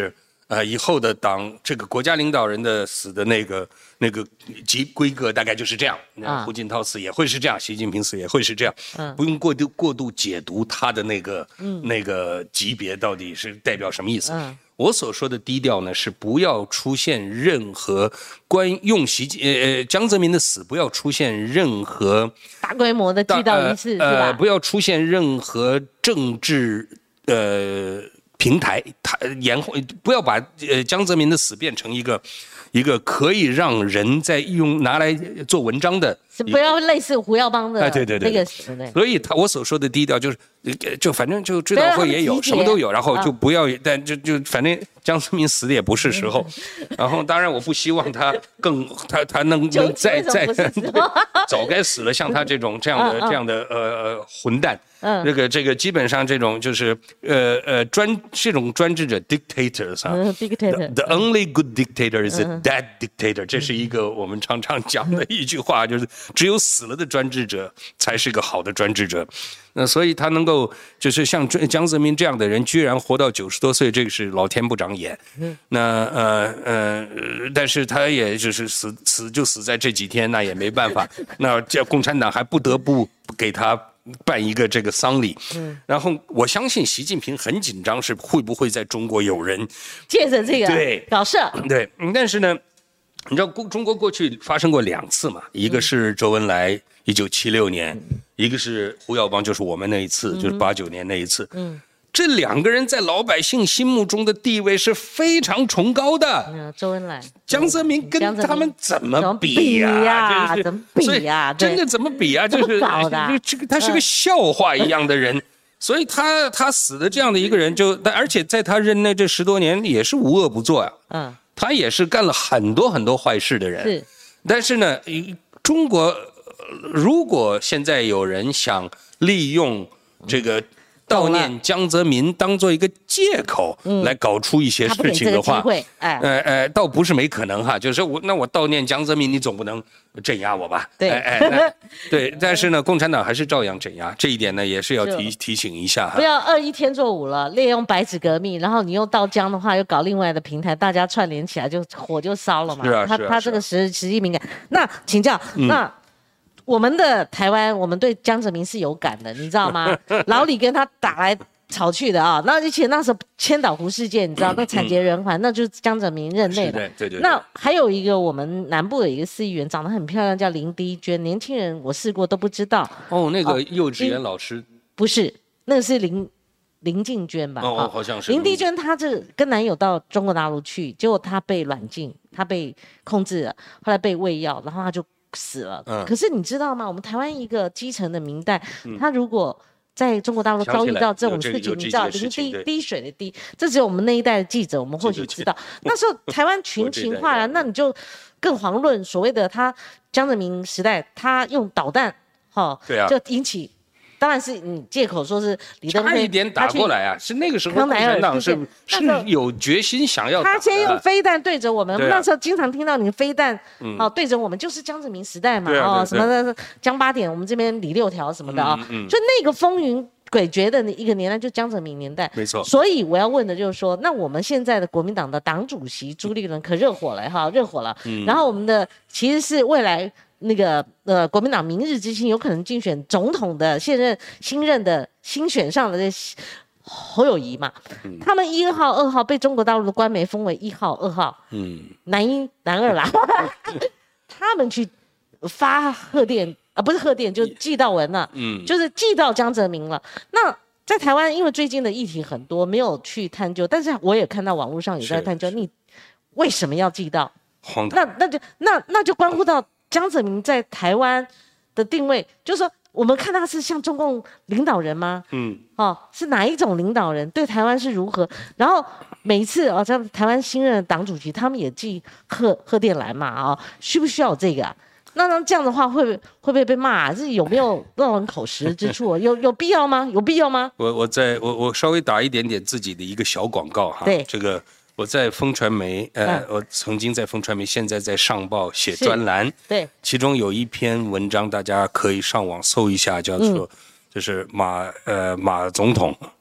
呃，以后的党这个国家领导人的死的那个那个级规格大概就是这样。啊、胡锦涛死也会是这样，习近平死也会是这样，嗯、不用过度过度解读他的那个、嗯、那个级别到底是代表什么意思。嗯、我所说的低调呢，是不要出现任何关于用习呃江泽民的死不要出现任何大规模的祭悼仪式， 呃、 是吧？ 呃，不要出现任何政治呃。平台，他延后不要把呃江泽民的死变成一个一个可以让人在用拿来做文章的， 是不要类似胡耀邦的那个、哎、 对对对对，所以他我所说的低调就是就反正就追悼会也有什么都有，然后就不要、啊、但就就反正江泽民死的也不是时候，然后当然我不希望他更他他能能再再早该死了，像他这种这样的、嗯、这样的呃呃混蛋。嗯，这个这个基本上这种就是呃呃专这种专制者 dictators 啊、 嗯、，dictator the, the only good dictator is a dead dictator、嗯、这是一个我们常常讲的一句话，就是只有死了的专制者才是个好的专制者。那所以他能够就是像江泽民这样的人，居然活到九十多岁，这个是老天不长眼。嗯，那呃呃，但是他也就是死死就死在这几天，那也没办法。那这共产党还不得不给他办一个这个丧礼。嗯，然后我相信习近平很紧张，是会不会在中国有人借着这个对搞事？ 对，但是呢，你知道中国过去发生过两次嘛？一个是周恩来一九七六年。嗯，一个是胡耀邦，就是我们那一次，嗯、就是八九年那一次。嗯，这两个人在老百姓心目中的地位是非常崇高的。 嗯，周恩来、 江泽民跟他们怎么比呀？ 怎么比呀？ 真的怎么比啊？就是这个他是个笑话一样的人，所以他他死的这样的一个人就，但而且在他任内这十多年也是无恶不作呀。嗯，他也是干了很多很多坏事的人。是，但是呢，中国。如果现在有人想利用这个悼念江泽民当做一个借口来搞出一些事情的话， 哎， 呃呃，倒不是没可能哈，就是我那我悼念江泽民，你总不能镇压我吧？ 对， 哎哎，对，但是呢，共产党还是照样镇压，这一点呢也是要提提醒一下哈。 不要二一天作五了，利用白纸革命，然后你用到江的话，又搞另外的平台，大家串联起来就火就烧了嘛。 是啊， 他他这个时时机敏感。那请教，那。我们的台湾，我们对江泽民是有感的，你知道吗？老李跟他打来吵去的啊，那而且那时候千岛湖事件，你知道那惨绝人寰，那就是江泽民任内的。 对对对。 那还有一个我们南部的一个市议员，长得很漂亮，叫林迪娟，年轻人我试过都不知道。 哦，那个幼稚园老师。 不是，那个是林林静娟吧？ 哦，好像是。 林迪娟她这跟男友到中国大陆去，结果她被软禁，她被控制了，后来被喂药，然后她就。死了、嗯，可是你知道吗？我们台湾一个基层的民代、嗯，他如果在中国大陆遭遇到这种事情，你知道零滴滴水的滴，这只有我们那一代的记者，我们或许知道。那时候台湾群情化了，那你就更遑论所谓的他江泽民时代，他用导弹，哈， 对啊， 就引起。当然是你借口说是李登辉差一点打过来啊，是那个时候共产党是是有决心想要打的。 他先用飞弹对着我们，啊、那时候经常听到你飞弹、嗯、哦对着我们，就是江泽民时代嘛， 啊、 哦什么的江八点，我们这边李六条什么的啊、哦嗯嗯，就那个风云诡谲的一个年代，就江泽民年代， 没错。 所以我要问的就是说，那我们现在的国民党的党主席朱立伦可热火了哈，热火了、嗯。然后我们的其实是未来。那个呃，国民党明日之星有可能竞选总统的现任新任的新选上的侯友宜嘛、嗯，他们一号、二号被中国大陆的官媒封为一号、二号，嗯，男一、男二啦，他们去发贺电啊，不是贺电，就寄悼文了，嗯，就是寄到江泽民了。那在台湾，因为最近的议题很多，没有去探究，但是我也看到网络上有在探究，你为什么要寄到？那那就那那就关乎到。江泽民在台湾的定位，就是说，我们看他是像中共领导人吗？嗯，哦，是哪一种领导人？对台湾是如何？然后每一次哦，像台湾新任的党主席，他们也寄贺贺电来嘛，啊、哦，需不需要有这个啊？那那这样的话会，会会不会被骂、啊？这有没有让人口实之处？有有必要吗？有必要吗？ 我我在我我稍微打一点点自己的一个小广告哈， 对这个。我在风传媒，呃、嗯，我曾经在风传媒，现在在上报写专栏， 对， 其中有一篇文章，大家可以上网搜一下，叫做，嗯、就是马呃马总统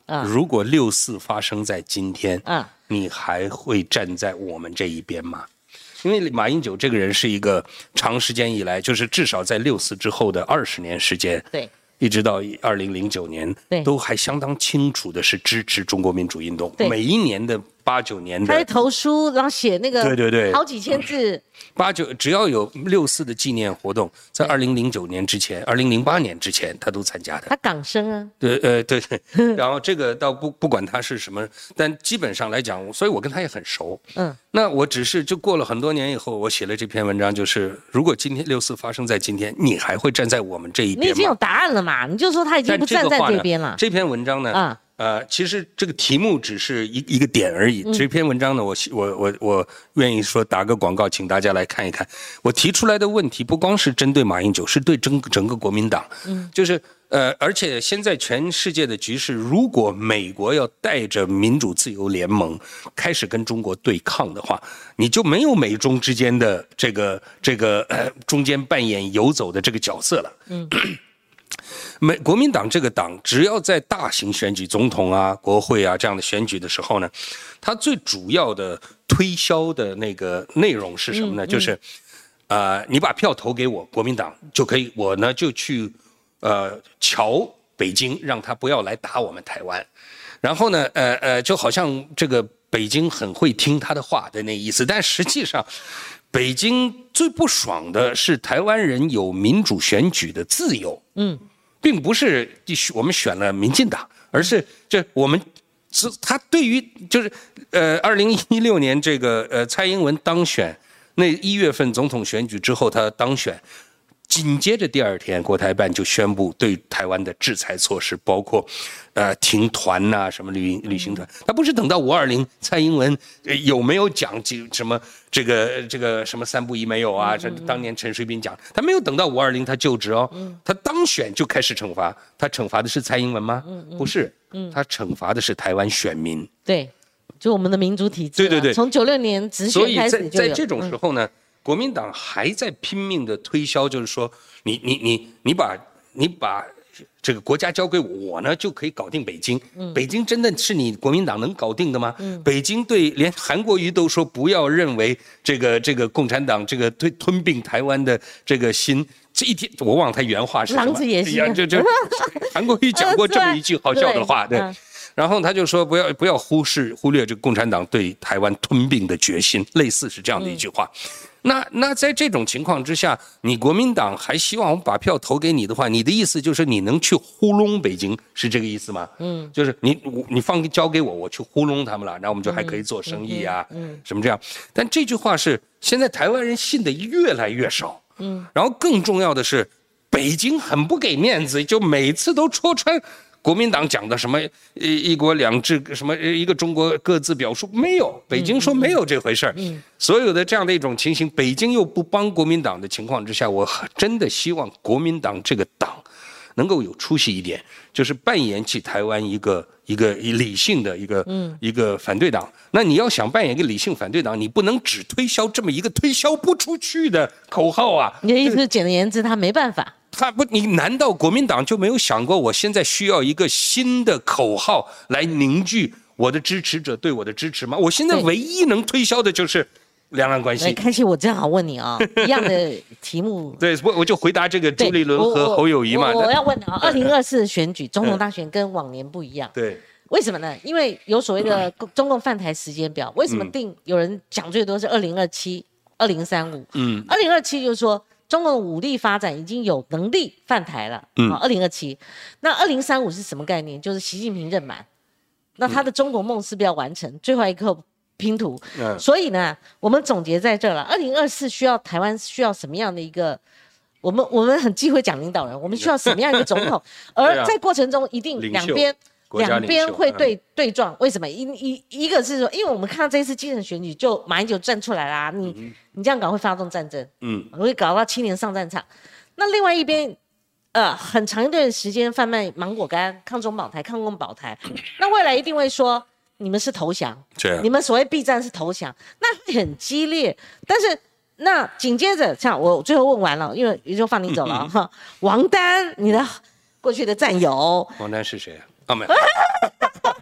啊，如果六四发生在今天，啊，你还会站在我们这一边吗？因为马英九这个人是一个长时间以来，就是至少在六四之后的二十年时间， 对， 一直到二零零九年， 对， 都还相当清楚的是支持中国民主运动，每一年的八九年的， 他会投书，然后写那个对对对， 好几千字。 八九只要有六四的纪念活动，在二零零九年之前、二零零八年之前，他都参加的。 他港生啊， 对，呃，对对。然后这个倒不不管他是什么，但基本上来讲，所以我跟他也很熟。嗯。那我只是就过了很多年以后，我写了这篇文章，就是如果今天六四发生在今天，你还会站在我们这一边吗？ 你已经有答案了嘛？你就说他已经不站在这边了。 这篇文章呢？啊。呃，其实这个题目只是一一个点而已。这篇文章呢，我我我我愿意说打个广告，请大家来看一看。我提出来的问题不光是针对马英九，是对整整个国民党。嗯，就是呃，而且现在全世界的局势，如果美国要带着民主自由联盟开始跟中国对抗的话，你就没有美中之间的这个这个呃中间扮演游走的这个角色了。嗯。美国民党这个党，只要在大型选举、总统啊、国会啊这样的选举的时候呢，它最主要的推销的那个内容是什么呢？嗯嗯、就是，呃，你把票投给我，国民党就可以，我呢就去，呃，瞧北京，让他不要来打我们台湾。然后呢，呃呃，就好像这个北京很会听他的话的那意思，但实际上，北京最不爽的是台湾人有民主选举的自由。嗯。并不是我们选了民进党，而是这我们，他对于就是呃，二零一六年这个呃蔡英文当选那一月份总统选举之后，他当选，紧接着第二天，国台办就宣布对台湾的制裁措施，包括呃停团呐、啊，什么旅旅行团。他不是等到五二零蔡英文、呃、有没有讲什么这个这个什么三不一没有啊？这当年陈水扁讲，他没有等到五二零他就职哦，他当选就开始惩罚。他惩罚的是蔡英文吗？不是，他惩罚的是台湾选民。 对，就我们的民主体制、啊。对对对，从九六年直选开始就有。 所以在在这种时候呢。嗯，国民党还在拼命的推销，就是说，你你你你把你把这个国家交给我，我呢就可以搞定北京。嗯、北京真的是你国民党能搞定的吗？嗯、北京对连韩国瑜都说不要认为这个这个共产党这个吞吞并台湾的这个心，这一天我忘了他原话是什么。 狼子野心。 就就韩国瑜讲过这么一句好笑的话，对。对然后他就说不要不要忽视忽略这个共产党对台湾吞并的决心，类似是这样的一句话。嗯那那在这种情况之下，你国民党还希望我们把票投给你的话，你的意思就是你能去糊弄北京，是这个意思吗？嗯，就是你你放交给我，我去糊弄他们了，然后我们就还可以做生意啊，嗯，嗯什么这样。但这句话是现在台湾人信的越来越少，嗯，然后更重要的是，北京很不给面子，就每次都戳穿。国民党讲的什么一一国两制，什么一个中国各自表述，没有，北京说没有这回事儿。嗯，所有的这样的一种情形，北京又不帮国民党的情况之下，我真的希望国民党这个党能够有出息一点，就是扮演起台湾一个一个理性的一个、嗯、一个反对党。那你要想扮演一个理性反对党，你不能只推销这么一个推销不出去的口号啊！ 你的意思是，简而言之，他没办法。 他不，你难道国民党就没有想过，我现在需要一个新的口号来凝聚我的支持者对我的支持吗？我现在唯一能推销的就是两岸关系。 开启，我正好问你啊、哦，一样的题目。 对，我我就回答这个朱立伦和侯友宜嘛。 我, 我, 我要问啊，二零二四选举总统大选跟往年不一样。 对。 为什么呢？因为有所谓的中共犯台时间表。为什么定？有人讲最多是二零二七、二零三五。嗯。二零二七就是说。中国的武力发展已经有能力犯台了，嗯，二零二七，那二零三五是什么概念？就是习近平任满，那他的中国梦是不是要完成？嗯、最后一刻拼图，嗯，所以呢，我们总结在这了。二零二四需要台湾需要什么样的一个？我们我们很忌讳讲领导人，我们需要什么样一个总统？而在过程中一定两边。两边会对、嗯、对撞，为什么？一一一个是说，因为我们看到这一次基层选举，就马英九站出来啦，你、嗯、你这样搞会发动战争，嗯，会搞到青年上战场。那另外一边，呃，很长一段时间贩卖芒果干、抗中保台、抗共保台，那未来一定会说你们是投降，你们所谓避战是投降，那会很激烈。但是那紧接着，像我最后问完了，因为也就放你走了哈、嗯。王丹，你的过去的战友， 王丹是谁啊？啊，没有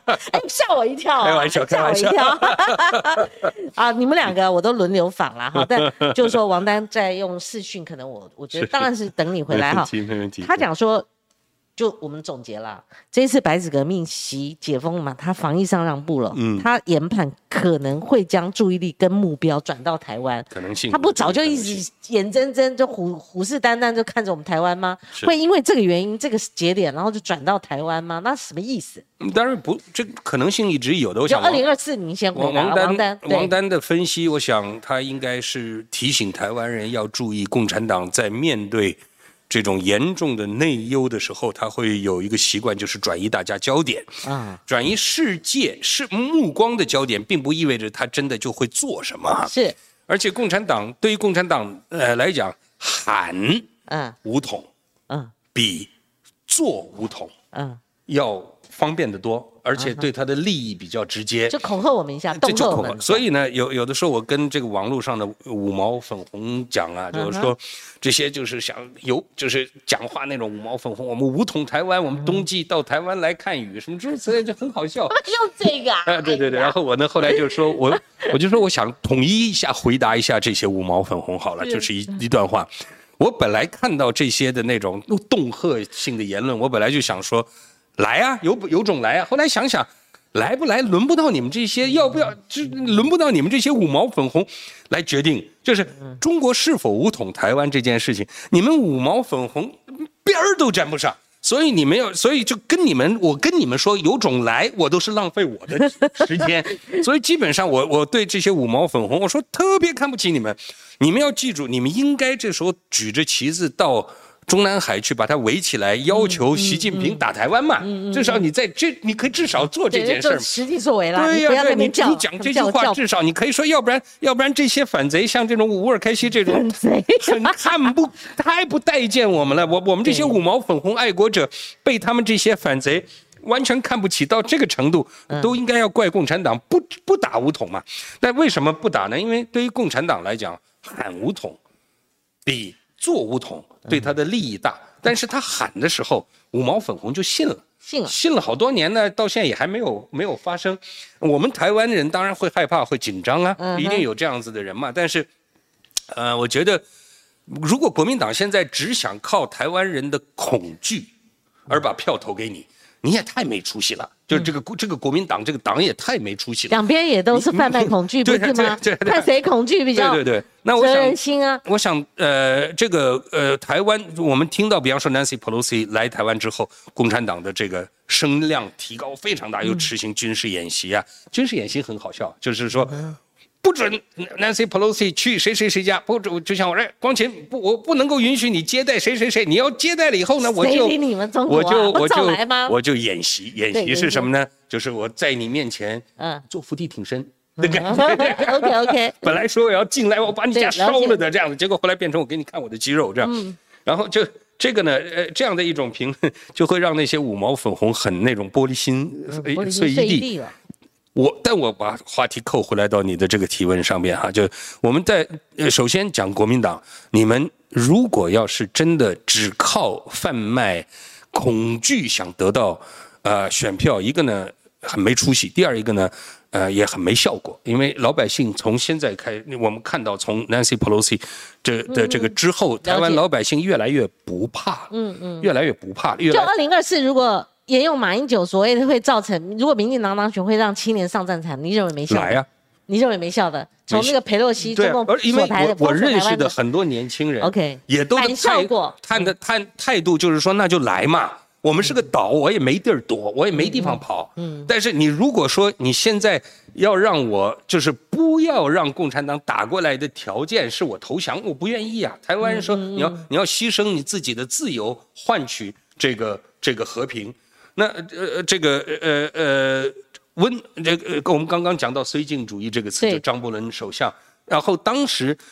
哎，吓我一跳、啊， 开玩笑，开玩笑。 啊，你们两个我都轮流访了哈，但就是说王丹在用视讯，可能我我觉得当然是等你回来哈。 没问题，没问题。 他讲说。就我们总结了，这一次白纸革命袭解封嘛，他防疫上让步了，嗯，他研判可能会将注意力跟目标转到台湾， 可能性， 他不早就一直眼睁睁就虎虎视眈眈就看着我们台湾吗？会因为这个原因这个节点，然后就转到台湾吗？那什么意思？ 当然不，这个可能性一直有的。我想就二零二四，您先回答王丹王丹王丹的分析，我想他应该是提醒台湾人要注意，共产党在面对这种严重的内忧的时候，他会有一个习惯，就是转移大家焦点，啊，转移世界是目光的焦点，并不意味着他真的就会做什么。 是， 而且共产党对于共产党呃来讲，喊嗯武统嗯比做武统嗯要方便得多。而且对他的利益比较直接， 就恐吓我们一下，恫吓我们。 所以呢，有有的时候我跟这个网络上的五毛粉红讲啊，就是说这些就是想有就是讲话那种五毛粉红，我们武统台湾，我们冬季到台湾来看雨，什么诸如此类，就很好笑。 用这个啊？ 哎，对对对。然后我呢，后来就说我我就说我想统一一下回答一下这些五毛粉红好了，就是一一段话。我本来看到这些的那种恫吓性的言论，我本来就想说。来啊，有有种来啊！后来想想，来不来轮不到你们这些，要不要？这轮不到你们这些五毛粉红来决定。就是中国是否武统台湾这件事情，你们五毛粉红边儿都沾不上。所以你们要，所以就跟你们，我跟你们说，有种来，我都是浪费我的时间。所以基本上我，我我对这些五毛粉红，我说特别看不起你们。你们要记住，你们应该这时候举着旗子到中南海去把它围起来，要求习近平打台湾嘛。嗯嗯嗯、至少你在这，你可以至少做这件事儿。 实际作为啦。 对呀、啊，对，你你讲这句话，至少你可以说，要不然，要不然这些反贼，像这种乌尔开西这种，很看不太不待见我们了。我我们这些五毛粉红爱国者，被他们这些反贼完全看不起到这个程度，都应该要怪共产党不不打武统嘛。但为什么不打呢？因为对于共产党来讲，喊武统比做武统对他的利益大，但是他喊的时候，五毛粉红就信了， 信了， 信了好多年呢，到现在也还没有没有发生。我们台湾人当然会害怕，会紧张啊，一定有这样子的人嘛。但是，呃，我觉得，如果国民党现在只想靠台湾人的恐惧而把票投给你，你也太没出息了。就是这个、嗯、这个国民党这个党也太没出息了。 两边也都是贩卖恐惧，不是吗？看谁恐惧比较对对对。那我想， 责任心啊。 我想，呃，这个呃，台湾，我们听到，比方说 Nancy Pelosi 来台湾之后，共产党的这个声量提高非常大，又执行军事演习啊，嗯、军事演习很好笑，就是说。嗯不准 Nancy Pelosi 去谁谁谁家，不准就像我哎，光前不，我不能够允许你接待谁谁谁。你要接待了以后呢，我就你们中国、啊、 我就我就我, 我就演习，演习是什么呢？就是我在你面前，嗯，做伏地挺身的感觉。 OK OK。 本来说我要进来，我把你家烧了的这样子，结果后来变成我给你看我的肌肉这样。嗯、然后就这个呢，呃，这样的一种评论，就会让那些五毛粉红很那种玻璃心， 嗯、玻璃心碎一地了。 我，但我把话题扣回来到你的这个提问上面哈，就我们在呃首先讲国民党，你们如果要是真的只靠贩卖恐惧想得到呃选票，一个呢很没出息，第二一个呢呃也很没效果，因为老百姓从现在开，我们看到从 Nancy Pelosi 这的这个之后，嗯、台湾老百姓越来越不怕，嗯嗯，越来越不怕，越来就二零二四如果。沿用马英九所谓的会造成，如果民进党当选会让青年上战场，你认为没效的？ 来啊！ 你认为没效的？从那个裴洛西中共所台的， 我认识的很多年轻人 ，OK， 也都是效果， 看的态态度就是说，那就来嘛。我们是个岛，我也没地儿躲，我也没地方跑。嗯，但是你如果说你现在要让我就是不要让共产党打过来的条件是我投降，我不愿意啊。台湾人说你要你要牺牲你自己的自由，换取这个这个和平。那呃这个呃呃温这个我们刚刚讲到绥靖主义这个词，就张伯伦首相，然后当时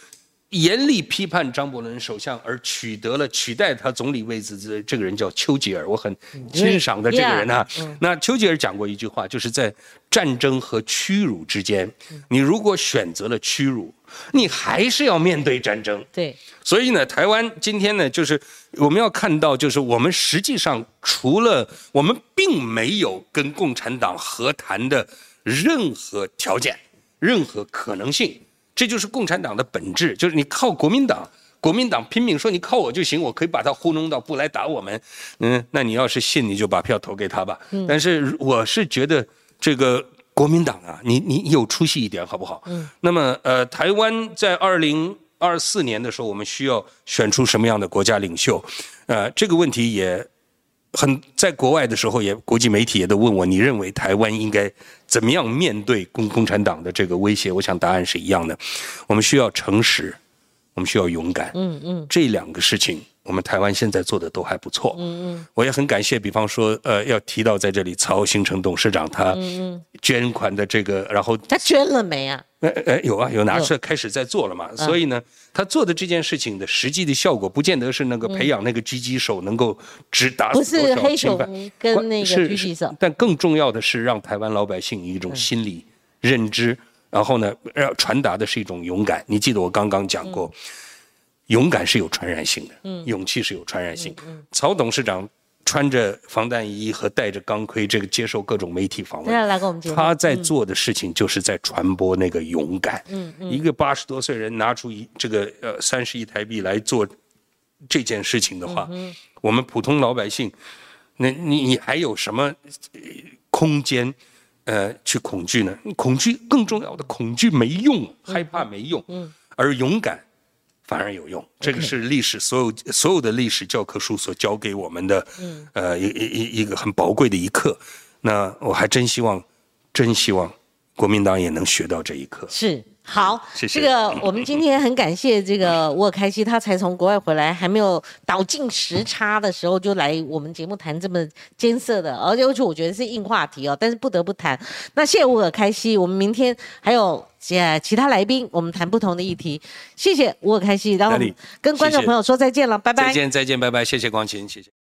严厉批判张伯伦首相，而取得了取代他总理位置的这个人叫丘吉尔，我很欣赏的这个人啊。Yeah, 那丘吉尔讲过一句话，就是在战争和屈辱之间，你如果选择了屈辱，你还是要面对战争。 对， 所以呢，台湾今天呢，就是我们要看到，就是我们实际上除了我们并没有跟共产党和谈的任何条件、任何可能性。这就是共产党的本质，就是你靠国民党，国民党拼命说你靠我就行，我可以把他糊弄到不来打我们。嗯，那你要是信，你就把票投给他吧。嗯、但是我是觉得这个国民党啊，你你有出息一点好不好？嗯。那么呃，台湾在二零二四年的时候，我们需要选出什么样的国家领袖？呃，这个问题也很在国外的时候也，国际媒体也都问我，你认为台湾应该怎么样面对共共产党的这个威胁？我想答案是一样的，我们需要诚实，我们需要勇敢。嗯嗯，这两个事情，我们台湾现在做的都还不错。嗯嗯，我也很感谢，比方说，呃，要提到在这里曹兴诚董事长他捐款的这个，然后他捐了没啊？ 呃呃，有啊，有拿出来开始在做了嘛。嗯、所以呢，他做的这件事情的实际的效果，不见得是那个培养那个狙击手能够只打死多少侵犯， 不是黑熊跟那个狙击手。 但更重要的是，让台湾老百姓一种心理认知，嗯、然后呢，让传达的是一种勇敢。你记得我刚刚讲过，嗯、勇敢是有传染性的，嗯、勇气是有传染性。嗯嗯、曹董事长穿着防弹衣和戴着钢盔，这个接受各种媒体访问， 来跟我们接他在做的事情就是在传播那个勇敢。嗯嗯、一个八十多岁人拿出一这个呃三十亿台币来做这件事情的话，嗯、我们普通老百姓，那你你还有什么空间呃去恐惧呢？恐惧更重要的，恐惧没用，嗯、害怕没用，嗯、而勇敢反而有用，这个是历史所有所有的历史教科书所教给我们的，嗯、呃一一一个很宝贵的一课。那我还真希望，真希望国民党也能学到这一课。 是。好， 谢谢。 这个我们今天很感谢这个沃尔开西，他才从国外回来，还没有倒进时差的时候就来我们节目谈这么艰涩的，而且我觉得是硬话题哦，但是不得不谈。那谢谢沃尔开西，我们明天还有其他来宾，我们谈不同的议题。谢谢沃尔开西，然后跟观众朋友说再见了，拜拜。 再见，再见，拜拜，谢谢光芹，谢谢。